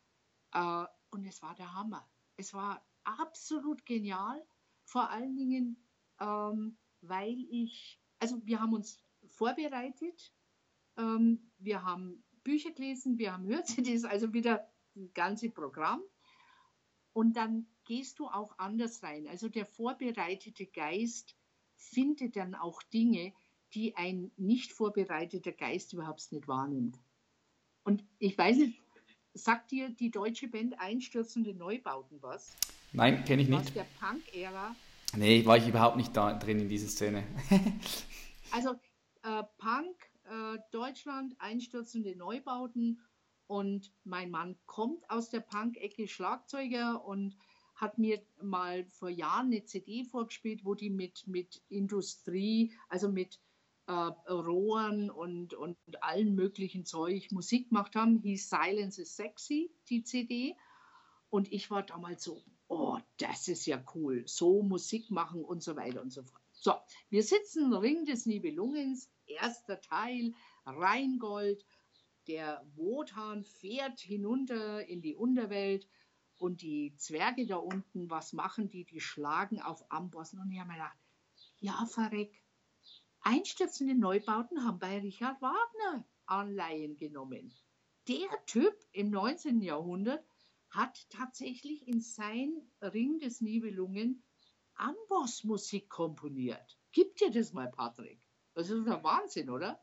Äh, und es war der Hammer. Es war absolut genial, vor allen Dingen, ähm, weil ich, also wir haben uns vorbereitet, ähm, wir haben Bücher gelesen, wir haben Hör-C Ds, also wieder das ganze Programm. Und dann gehst du auch anders rein. Also der vorbereitete Geist findet dann auch Dinge, die ein nicht vorbereiteter Geist überhaupt nicht wahrnimmt. Und ich weiß nicht, sagt dir die deutsche Band Einstürzende Neubauten was? Nein, kenne ich Aus nicht. der Punk-Ära. Nee, war ich überhaupt nicht da drin in dieser Szene. Also äh, Punk, äh, Deutschland, Einstürzende Neubauten. Und mein Mann kommt aus der Punk-Ecke, Schlagzeuger, und hat mir mal vor Jahren eine C D vorgespielt, wo die mit, mit Industrie, also mit äh, Rohren und, und allen möglichen Zeug Musik gemacht haben. Hieß Silence is Sexy, die C D. Und ich war damals so, oh, das ist ja cool, so Musik machen und so weiter und so fort. So, wir sitzen Ring des Nibelungens, erster Teil, Rheingold. Der Wotan fährt hinunter in die Unterwelt und die Zwerge da unten, was machen die? Die schlagen auf Ambossen. Und ich habe mir gedacht, ja, verreck, einstürzende Neubauten haben bei Richard Wagner Anleihen genommen. Der Typ im neunzehnten Jahrhundert hat tatsächlich in sein Ring des Nibelungen Ambossmusik komponiert. Gib dir das mal, Patrick. Das ist der Wahnsinn, oder?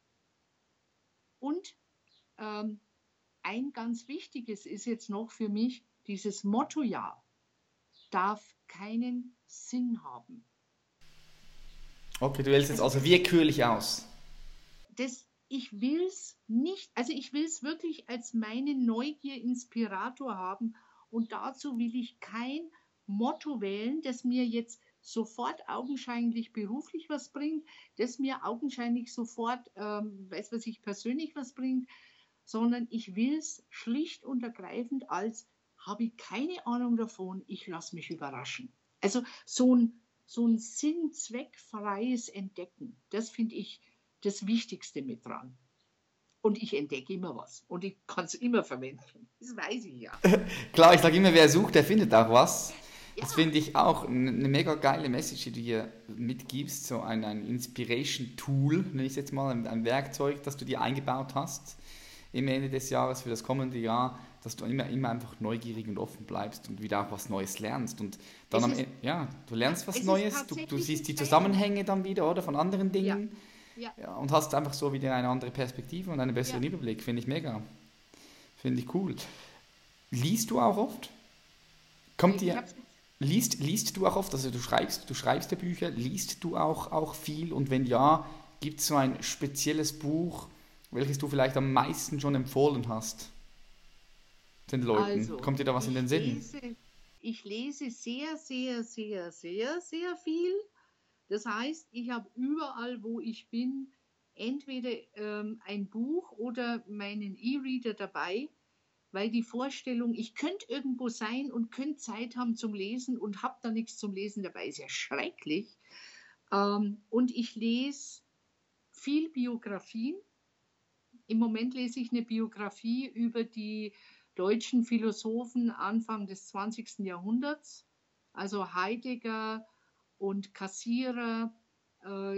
Und ähm, ein ganz wichtiges ist jetzt noch für mich, dieses Mottojahr darf keinen Sinn haben. Okay, du wählst jetzt also willkürlich aus. Das, ich will es nicht, also ich will es wirklich als meinen Neugier-Inspirator haben, und dazu will ich kein Motto wählen, das mir jetzt sofort augenscheinlich beruflich was bringt, das mir augenscheinlich sofort, ähm, weiß was ich, persönlich was bringt, sondern ich will es schlicht und ergreifend als, habe ich keine Ahnung davon, ich lasse mich überraschen. Also so ein, so ein sinnzweckfreies Entdecken, das finde ich das Wichtigste mit dran. Und ich entdecke immer was. Und ich kann es immer verwenden. Das weiß ich ja. Klar, ich sage immer, wer sucht, der findet auch was. Ja. Das finde ich auch eine mega geile Message, die du hier mitgibst. So ein, ein Inspiration-Tool, nenne ich es jetzt mal, ein, ein Werkzeug, das du dir eingebaut hast im Ende des Jahres für das kommende Jahr, dass du immer, immer einfach neugierig und offen bleibst und wieder auch was Neues lernst. Und dann Es am ist- Ende, ja, du lernst was es ist Neues, du, tatsächlich du siehst die ein Zusammenhänge dann wieder, oder, von anderen Dingen. Ja. Ja, und hast einfach so wieder eine andere Perspektive und einen besseren Ja. Überblick. Finde ich mega. Finde ich cool. Liest du auch oft? Kommt Ich dir, hab's- liest, liest du auch oft? Also du schreibst, du schreibst ja Bücher, liest du auch, auch viel? Und wenn ja, gibt es so ein spezielles Buch, welches du vielleicht am meisten schon empfohlen hast den Leuten? Also, Kommt dir da was in den ich Sinn? Lese, ich lese sehr, sehr, sehr, sehr, sehr viel. Das heißt, ich habe überall, wo ich bin, entweder ähm, ein Buch oder meinen E-Reader dabei, weil die Vorstellung, ich könnte irgendwo sein und könnte Zeit haben zum Lesen und habe da nichts zum Lesen dabei, ist ja schrecklich. Ähm, und ich lese viel Biografien. Im Moment lese ich eine Biografie über die deutschen Philosophen Anfang des zwanzigsten Jahrhunderts, also Heidegger und Cassirer, äh,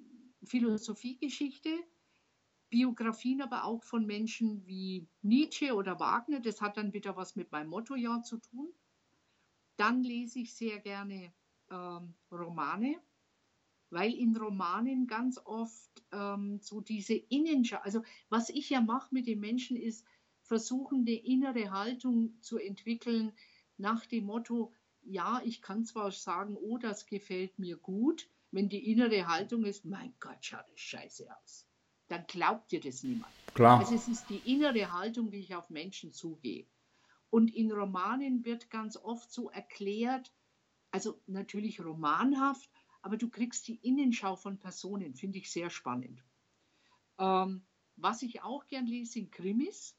Philosophiegeschichte, Biografien aber auch von Menschen wie Nietzsche oder Wagner, das hat dann wieder was mit meinem Mottojahr zu tun. Dann lese ich sehr gerne ähm, Romane, weil in Romanen ganz oft ähm, so diese Innenschau, also was ich ja mache mit den Menschen ist, versuchen, eine innere Haltung zu entwickeln nach dem Motto, ja, ich kann zwar sagen, oh, das gefällt mir gut, wenn die innere Haltung ist, mein Gott, schaut das scheiße aus. Dann glaubt dir das niemand. Klar. Also es ist die innere Haltung, wie ich auf Menschen zugehe. Und in Romanen wird ganz oft so erklärt, also natürlich romanhaft, aber du kriegst die Innenschau von Personen, finde ich sehr spannend. Ähm, was ich auch gern lese, sind Krimis.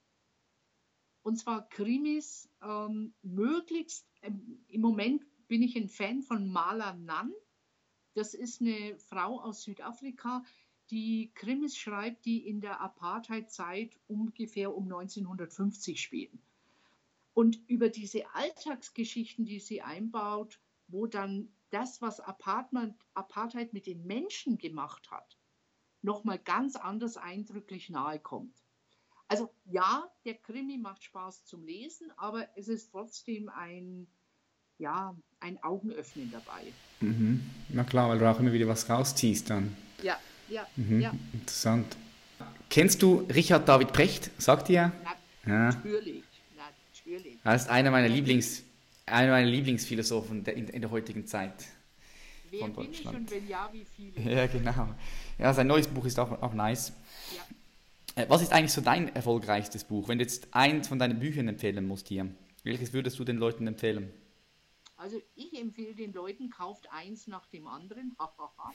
Und zwar Krimis ähm, möglichst, ähm, im Moment bin ich ein Fan von Mala Nan. Das ist eine Frau aus Südafrika, die Krimis schreibt, die in der Apartheid-Zeit ungefähr um neunzehnhundertfünfzig spielen. Und über diese Alltagsgeschichten, die sie einbaut, wo dann das, was Apartment, Apartheid mit den Menschen gemacht hat, nochmal ganz anders eindrücklich nahe kommt. Also ja, der Krimi macht Spaß zum Lesen, aber es ist trotzdem ein, ja, ein Augenöffnen dabei. Mhm. Na klar, weil du auch immer wieder was rausziehst dann. Ja, ja, Mhm. ja. Interessant. Kennst du Richard David Precht? Sagt ihr? Ja. Natürlich, natürlich. Er ist einer meiner, Lieblings, einer meiner Lieblingsphilosophen der- in, in der heutigen Zeit. Wer von bin ich Deutschland. und wenn ja, wie viele? Ja, genau. Ja, sein neues Buch ist auch, auch nice. Ja. Äh, Was ist eigentlich so dein erfolgreichstes Buch? Wenn du jetzt eins von deinen Büchern empfehlen musst hier, welches würdest du den Leuten empfehlen? Also ich empfehle den Leuten, kauft eins nach dem anderen. Hahaha.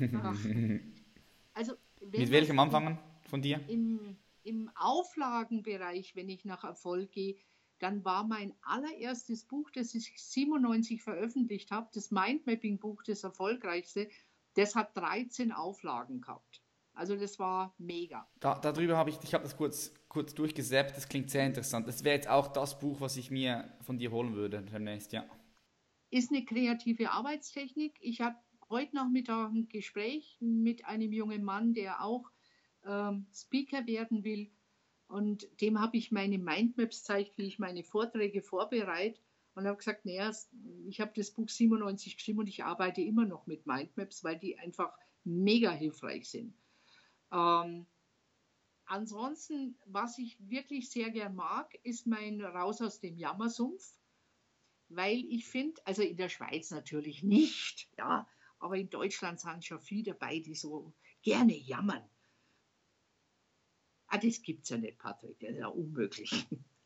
also wenn Mit welchem man anfangen von dir? Im, Im Auflagenbereich, wenn ich nach Erfolg gehe, dann war mein allererstes Buch, das ich siebenundneunzig veröffentlicht habe, das Mindmapping-Buch, das erfolgreichste, das hat dreizehn Auflagen gehabt. Also das war mega. Da, darüber habe ich, ich habe das kurz, kurz durchgesäppt, das klingt sehr interessant. Das wäre jetzt auch das Buch, was ich mir von dir holen würde demnächst, ja. Ist eine kreative Arbeitstechnik. Ich hatte heute Nachmittag ein Gespräch mit einem jungen Mann, der auch ähm, Speaker werden will. Und dem habe ich meine Mindmaps gezeigt, wie ich meine Vorträge vorbereite. Und habe gesagt, naja, ich habe das Buch siebenundneunzig geschrieben und ich arbeite immer noch mit Mindmaps, weil die einfach mega hilfreich sind. Ähm, ansonsten, was ich wirklich sehr gern mag, ist mein Raus aus dem Jammersumpf. Weil ich finde, also in der Schweiz natürlich nicht, ja, aber in Deutschland sind schon viele dabei, die so gerne jammern. Ah, das gibt es ja nicht, Patrick, das ist ja unmöglich.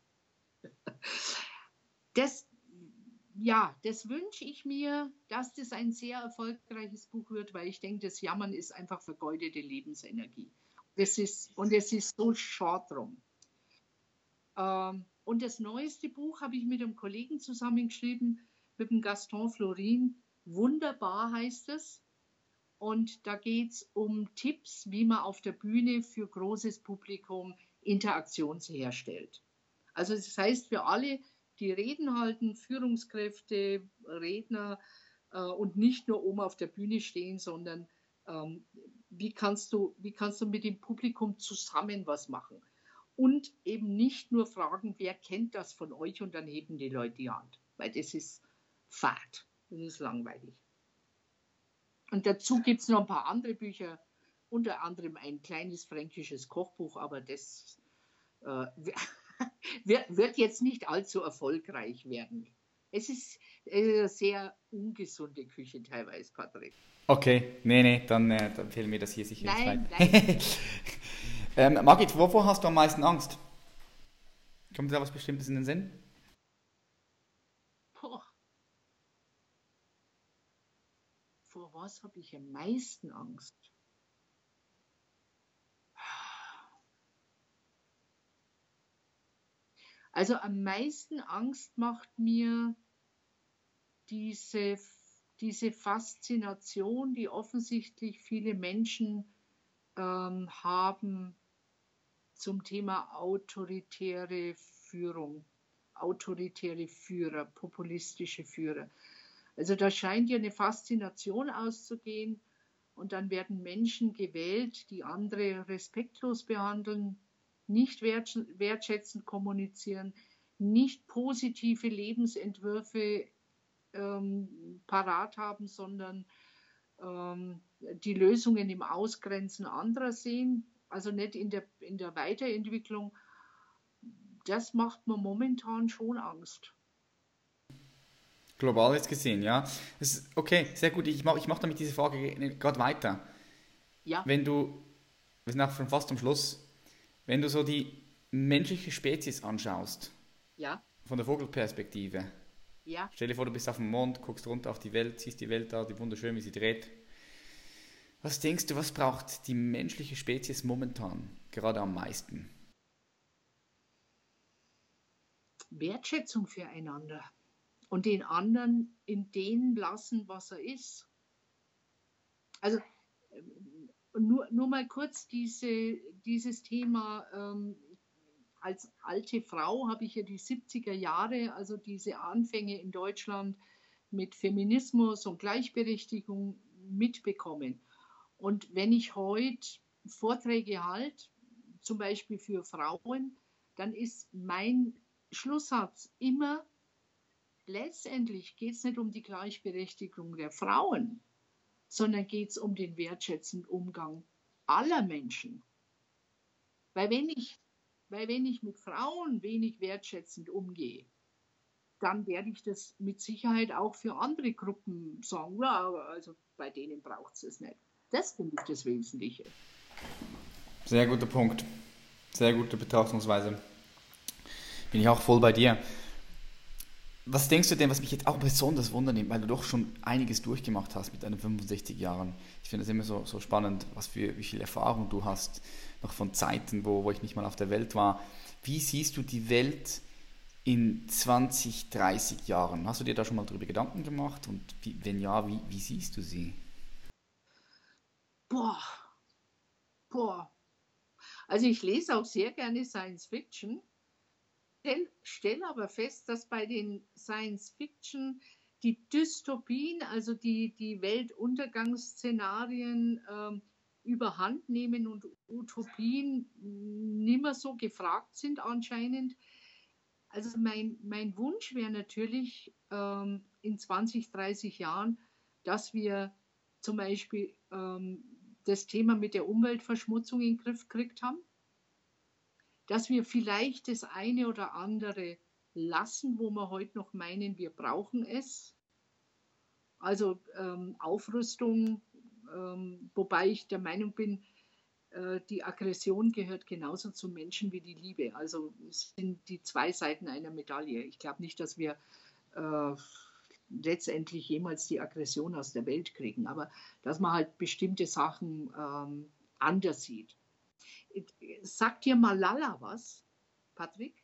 Das, ja, das wünsche ich mir, dass das ein sehr erfolgreiches Buch wird, weil ich denke, das Jammern ist einfach vergeudete Lebensenergie. Das ist, und es ist so short drum. Ähm, und das neueste Buch habe ich mit einem Kollegen zusammengeschrieben, mit dem Gaston Florin. Wunderbar heißt es. Und da geht es um Tipps, wie man auf der Bühne für großes Publikum Interaktion herstellt. Also das heißt für alle, die Reden halten, Führungskräfte, Redner äh, und nicht nur oben auf der Bühne stehen, sondern ähm, wie kannst du, wie kannst du mit dem Publikum zusammen was machen? Und eben nicht nur fragen, wer kennt das von euch und dann heben die Leute die Hand, weil das ist fad, das ist langweilig. Und dazu gibt es noch ein paar andere Bücher, unter anderem ein kleines fränkisches Kochbuch, aber das äh, wird, wird jetzt nicht allzu erfolgreich werden. Es ist eine sehr ungesunde Küche teilweise, Patrick. Okay, nee, nee, dann, äh, dann fehlen mir das hier sicher Nein, nicht weiter. ähm, Margit, wovor hast du am meisten Angst? Kommt dir da was Bestimmtes in den Sinn? Boah. Vor was habe ich am meisten Angst? Also am meisten Angst macht mir diese, diese Faszination, die offensichtlich viele Menschen ähm, haben zum Thema autoritäre Führung, autoritäre Führer, populistische Führer. Also da scheint ja eine Faszination auszugehen und dann werden Menschen gewählt, die andere respektlos behandeln, nicht wertschätzend kommunizieren, nicht positive Lebensentwürfe ähm, parat haben, sondern ähm, die Lösungen im Ausgrenzen anderer sehen, also nicht in der, in der Weiterentwicklung. Das macht mir momentan schon Angst. Global jetzt gesehen, ja. Das ist, okay, sehr gut. Ich mache ich mach damit diese Frage gerade weiter. Ja. Wenn du, wir sind auch schon fast am Schluss, wenn du so die menschliche Spezies anschaust, Ja. von der Vogelperspektive, Ja. stell dir vor, du bist auf dem Mond, guckst runter auf die Welt, siehst die Welt da, die wunderschön, wie sie dreht. Was denkst du, was braucht die menschliche Spezies momentan gerade am meisten? Wertschätzung füreinander. Und den anderen in dem lassen, was er ist. Also nur, nur mal kurz diese, dieses Thema, ähm, als alte Frau habe ich ja die siebziger Jahre, also diese Anfänge in Deutschland mit Feminismus und Gleichberechtigung mitbekommen. Und wenn ich heute Vorträge halte, zum Beispiel für Frauen, dann ist mein Schlusssatz immer, letztendlich geht es nicht um die Gleichberechtigung der Frauen, sondern geht es um den wertschätzenden Umgang aller Menschen. Weil wenn ich, weil wenn ich mit Frauen wenig wertschätzend umgehe, dann werde ich das mit Sicherheit auch für andere Gruppen sagen, ja, also bei denen braucht es es nicht. Das finde ich das Wesentliche. Sehr guter Punkt. Sehr gute Betrachtungsweise. Bin ich auch voll bei dir. Was denkst du denn, was mich jetzt auch besonders wundernimmt, weil du doch schon einiges durchgemacht hast mit deinen fünfundsechzig Jahren. Ich finde es immer so, so spannend, was für, wie viel Erfahrung du hast, noch von Zeiten, wo, wo ich nicht mal auf der Welt war. Wie siehst du die Welt in zwanzig, dreißig Jahren? Hast du dir da schon mal darüber Gedanken gemacht? Und wie, wenn ja, wie, wie siehst du sie? Boah, boah. Also ich lese auch sehr gerne Science Fiction. Stell, stell aber fest, dass bei den Science Fiction die Dystopien, also die, die Weltuntergangsszenarien ähm, überhand nehmen und Utopien nicht mehr so gefragt sind anscheinend. Also mein, mein Wunsch wäre natürlich ähm, in zwanzig, dreißig Jahren, dass wir zum Beispiel ähm, das Thema mit der Umweltverschmutzung in den Griff gekriegt haben, dass wir vielleicht das eine oder andere lassen, wo wir heute noch meinen, wir brauchen es. Also ähm, Aufrüstung, ähm, wobei ich der Meinung bin, äh, die Aggression gehört genauso zum Menschen wie die Liebe. Also es sind die zwei Seiten einer Medaille. Ich glaube nicht, dass wir äh, letztendlich jemals die Aggression aus der Welt kriegen, aber dass man halt bestimmte Sachen ähm, anders sieht. Sagt dir Malala was, Patrick?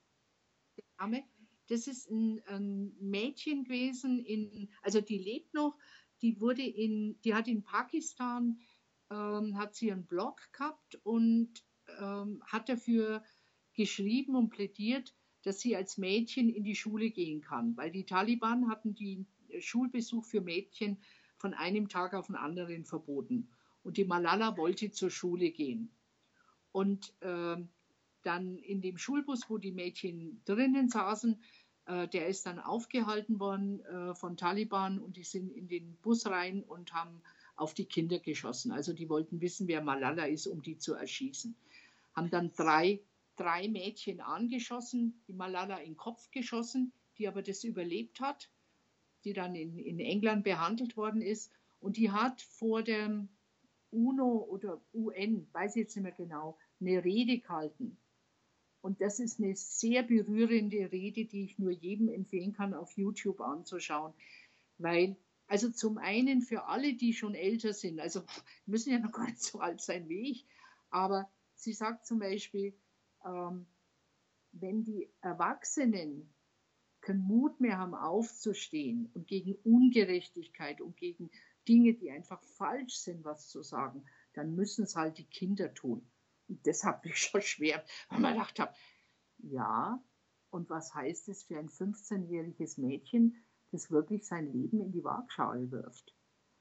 Der Name? Das ist ein, ein Mädchen gewesen, in, also die lebt noch, die wurde in, die hat in Pakistan, ähm, hat sie einen Blog gehabt und ähm, hat dafür geschrieben und plädiert, dass sie als Mädchen in die Schule gehen kann, weil die Taliban hatten den Schulbesuch für Mädchen von einem Tag auf den anderen verboten. Und die Malala wollte zur Schule gehen. Und äh, dann in dem Schulbus, wo die Mädchen drinnen saßen, äh, der ist dann aufgehalten worden äh, von Taliban und die sind in den Bus rein und haben auf die Kinder geschossen. Also die wollten wissen, wer Malala ist, um die zu erschießen. Haben dann drei, drei Mädchen angeschossen, die Malala in den Kopf geschossen, die aber das überlebt hat, die dann in, in England behandelt worden ist. Und die hat vor dem UNO oder U N, weiß ich jetzt nicht mehr genau, eine Rede gehalten. Und das ist eine sehr berührende Rede, die ich nur jedem empfehlen kann, auf YouTube anzuschauen. Weil, also zum einen für alle, die schon älter sind, also müssen ja noch gar nicht so alt sein wie ich, aber sie sagt zum Beispiel, ähm, wenn die Erwachsenen keinen Mut mehr haben, aufzustehen und gegen Ungerechtigkeit und gegen Dinge, die einfach falsch sind, was zu sagen, dann müssen es halt die Kinder tun. Und das hat mich schon schwer, weil man gedacht habe, ja, und was heißt es für ein fünfzehnjähriges Mädchen, das wirklich sein Leben in die Waagschale wirft?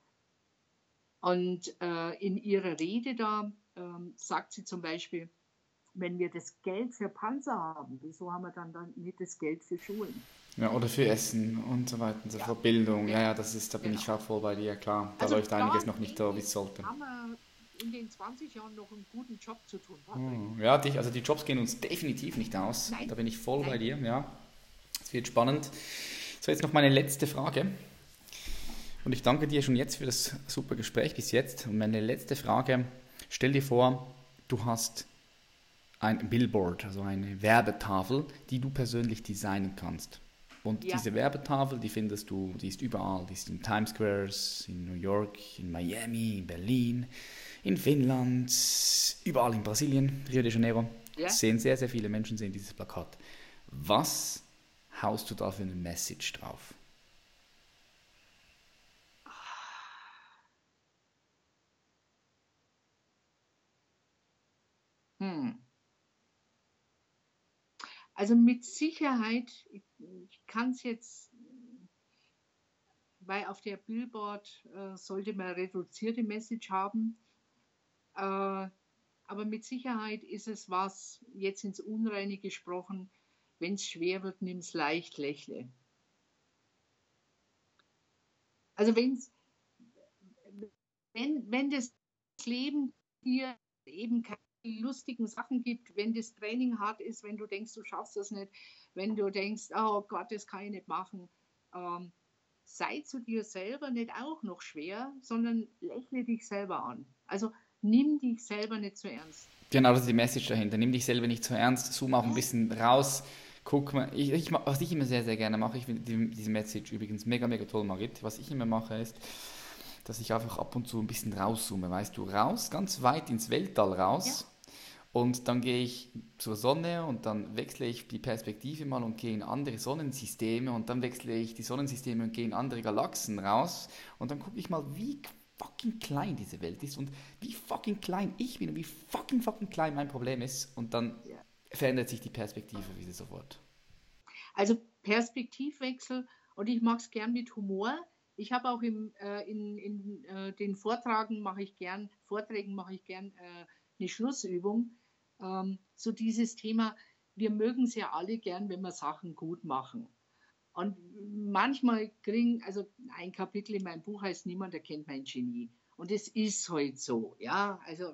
Und äh, in ihrer Rede da ähm, sagt sie zum Beispiel, wenn wir das Geld für Panzer haben, wieso haben wir dann, dann nicht das Geld für Schulen? Ja, oder für Essen und so weiter, so Ja. für Bildung. Ja, Ja. ja, das ist, da bin Genau. ich auch voll bei dir, klar. Da Also läuft da einiges noch nicht so, wie denke es sollte. ich, haben wir in den zwanzig Jahren noch einen guten Job zu tun, Patrick. Hm, Ja, die, also die Jobs gehen uns definitiv nicht aus. Nein. Da bin ich voll Nein. bei dir, ja. Es wird spannend. So, jetzt noch meine letzte Frage. Und ich danke dir schon jetzt für das super Gespräch bis jetzt. Und meine letzte Frage, stell dir vor, du hast ein Billboard, also eine Werbetafel, die du persönlich designen kannst. Und Ja. diese Werbetafel, die findest du, die ist überall. Die ist in Times Squares, in New York, in Miami, in Berlin, in Finnland, überall in Brasilien, Rio de Janeiro. Ja. Sehen sehr, sehr viele Menschen sehen dieses Plakat. Was haust du da für eine Message drauf? Hm. Also mit Sicherheit, ich, ich kann es jetzt, weil auf der Billboard äh, sollte man eine reduzierte Message haben, äh, aber mit Sicherheit ist es was, jetzt ins Unreine gesprochen, wenn es schwer wird, nimm es leicht, lächle. Also wenn's, wenn, wenn das Leben dir eben keine lustigen Sachen gibt, wenn das Training hart ist, wenn du denkst, du schaffst das nicht, wenn du denkst, oh Gott, das kann ich nicht machen, ähm, sei zu dir selber nicht auch noch schwer, sondern lächle dich selber an. Also nimm dich selber nicht zu ernst. Genau, das ist die Message dahinter. Nimm dich selber nicht zu ernst, zoom auch ein bisschen raus. Guck mal, ich, ich, was ich immer sehr, sehr gerne mache, ich finde die, diese Message übrigens mega, mega toll, Margit. Was ich immer mache ist, dass ich einfach ab und zu ein bisschen rauszoome, weißt du, raus, ganz weit ins Weltall raus. Ja. Und dann gehe ich zur Sonne und dann wechsle ich die Perspektive mal und gehe in andere Sonnensysteme und dann wechsle ich die Sonnensysteme und gehe in andere Galaxen raus und dann gucke ich mal, wie fucking klein diese Welt ist und wie fucking klein ich bin und wie fucking fucking klein mein Problem ist und dann ja. verändert sich die Perspektive wieder sofort. Also Perspektivwechsel und ich mag es gern mit Humor. Ich habe auch im, äh, in, in äh, den Vortragen mache ich gern, Vorträgen mache ich gern äh, eine Schlussübung. Ähm, so dieses Thema, wir mögen es ja alle gern, wenn wir Sachen gut machen. Und manchmal kriegen, also ein Kapitel in meinem Buch heißt Niemand erkennt mein Genie. Und es ist halt so, ja, also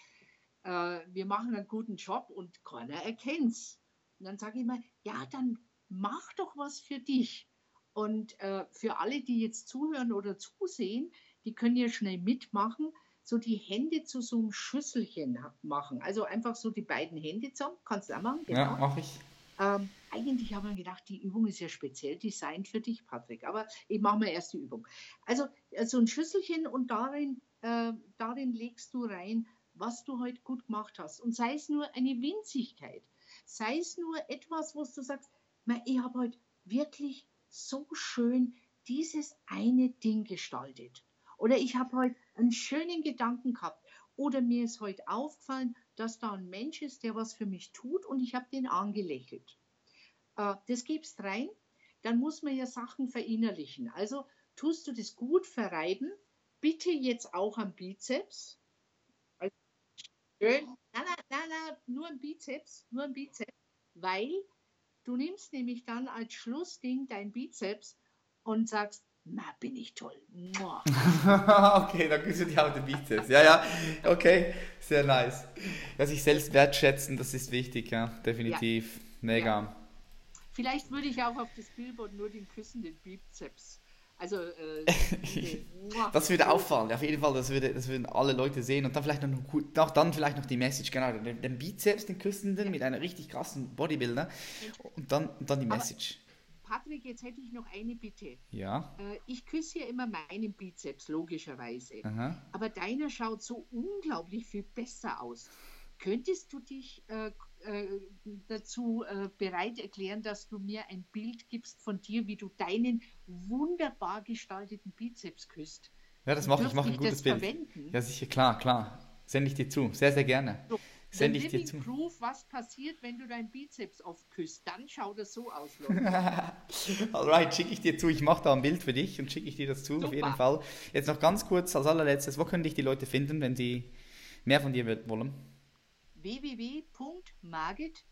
äh, wir machen einen guten Job und keiner erkennt's. Und dann sage ich mal, ja, dann mach doch was für dich. Und äh, für alle, die jetzt zuhören oder zusehen, die können ja schnell mitmachen, so die Hände zu so einem Schüsselchen machen. Also einfach so die beiden Hände zusammen. Kannst du auch machen? Genau. Ja, mache ich. Ähm, eigentlich haben wir gedacht, die Übung ist ja speziell designt für dich, Patrick. Aber ich mache mal erst die Übung. Also so ein Schüsselchen und darin, äh, darin legst du rein, was du heute gut gemacht hast. Und sei es nur eine Winzigkeit. Sei es nur etwas, wo du sagst, ich habe heute wirklich so schön dieses eine Ding gestaltet. Oder ich habe heute einen schönen Gedanken gehabt. Oder mir ist heute aufgefallen, dass da ein Mensch ist, der was für mich tut und ich habe den angelächelt. Äh, das gibst rein, dann muss man ja Sachen verinnerlichen. Also tust du das gut verreiben, bitte jetzt auch am Bizeps. Also schön, nein, nein, nein, nein, nur am Bizeps, nur am Bizeps, weil du nimmst nämlich dann als Schlussding dein Bizeps und sagst, na, bin ich toll. Okay, dann küsst du dich auf den Bizeps. Ja, ja, okay, sehr nice. Ja, sich selbst wertschätzen, das ist wichtig, ja, definitiv. Ja. Mega. Ja. Vielleicht würde ich auch auf das Billboard nur den küssenden Bizeps. Also, äh, das würde auffallen, auf jeden Fall, das, würde, das würden alle Leute sehen und dann vielleicht noch, noch, dann vielleicht noch die Message, genau, den, den Bizeps, den küssenden, ja. mit einer richtig krassen Bodybuilder und dann, und dann die Message. Aber, Patrick, jetzt hätte ich noch eine Bitte. Ja? Äh, ich küsse ja immer meinen Bizeps, logischerweise, Aha. aber deiner schaut so unglaublich viel besser aus. Könntest du dich äh, äh, dazu äh, bereit erklären, dass du mir ein Bild gibst von dir, wie du deinen wunderbar gestalteten Bizeps küsst? Ja, das mache ich, mache ein gutes Bild. Verwenden? Ja, sicher, klar, klar. Sende ich dir zu, sehr, sehr gerne. So, Sende ich dir zu. Proof, was passiert, wenn du deinen Bizeps oft küsst, dann schaut das so aus, Leute. Alright, schicke ich dir zu. Ich mache da ein Bild für dich und schicke ich dir das zu, Super. Auf jeden Fall. Jetzt noch ganz kurz als allerletztes, wo können dich die Leute finden, wenn sie mehr von dir wollen? w w w punkt margit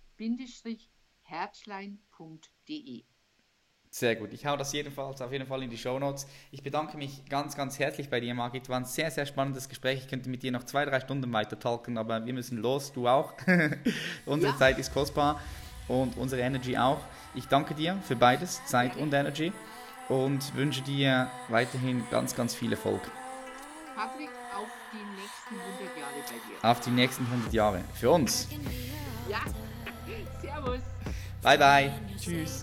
herzlein punkt d e. Sehr gut. Ich hau das jedenfalls auf jeden Fall in die Shownotes. Ich bedanke mich ganz, ganz herzlich bei dir, Margit. War ein sehr, sehr spannendes Gespräch. Ich könnte mit dir noch zwei, drei Stunden weiter talken, aber wir müssen los, du auch. Unsere ja. Zeit ist kostbar und unsere Energy auch. Ich danke dir für beides, Zeit und Energy, und wünsche dir weiterhin ganz, ganz viel Erfolg. Patrick, auf die nächsten hundert Jahre bei dir. Auf die nächsten hundert Jahre. Für uns. Ja. Servus. Bye, bye. Tschüss.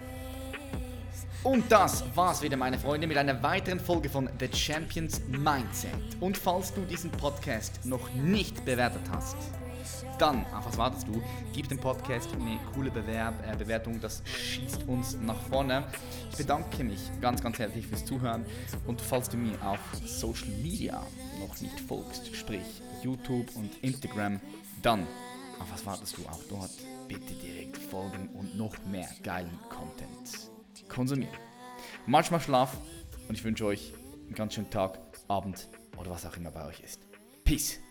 Und das war's wieder, meine Freunde, mit einer weiteren Folge von The Champions Mindset. Und falls du diesen Podcast noch nicht bewertet hast, dann, auf was wartest du? Gib dem Podcast eine coole Bewerb, äh, Bewertung, das schießt uns nach vorne. Ich bedanke mich ganz, ganz herzlich fürs Zuhören. Und falls du mir auf Social Media noch nicht folgst, sprich YouTube und Instagram, dann, auf was wartest du auch dort? bitte direkt folgen und noch mehr geilen Content konsumieren. Manchmal Schlaf und ich wünsche euch einen ganz schönen Tag, Abend oder was auch immer bei euch ist. Peace!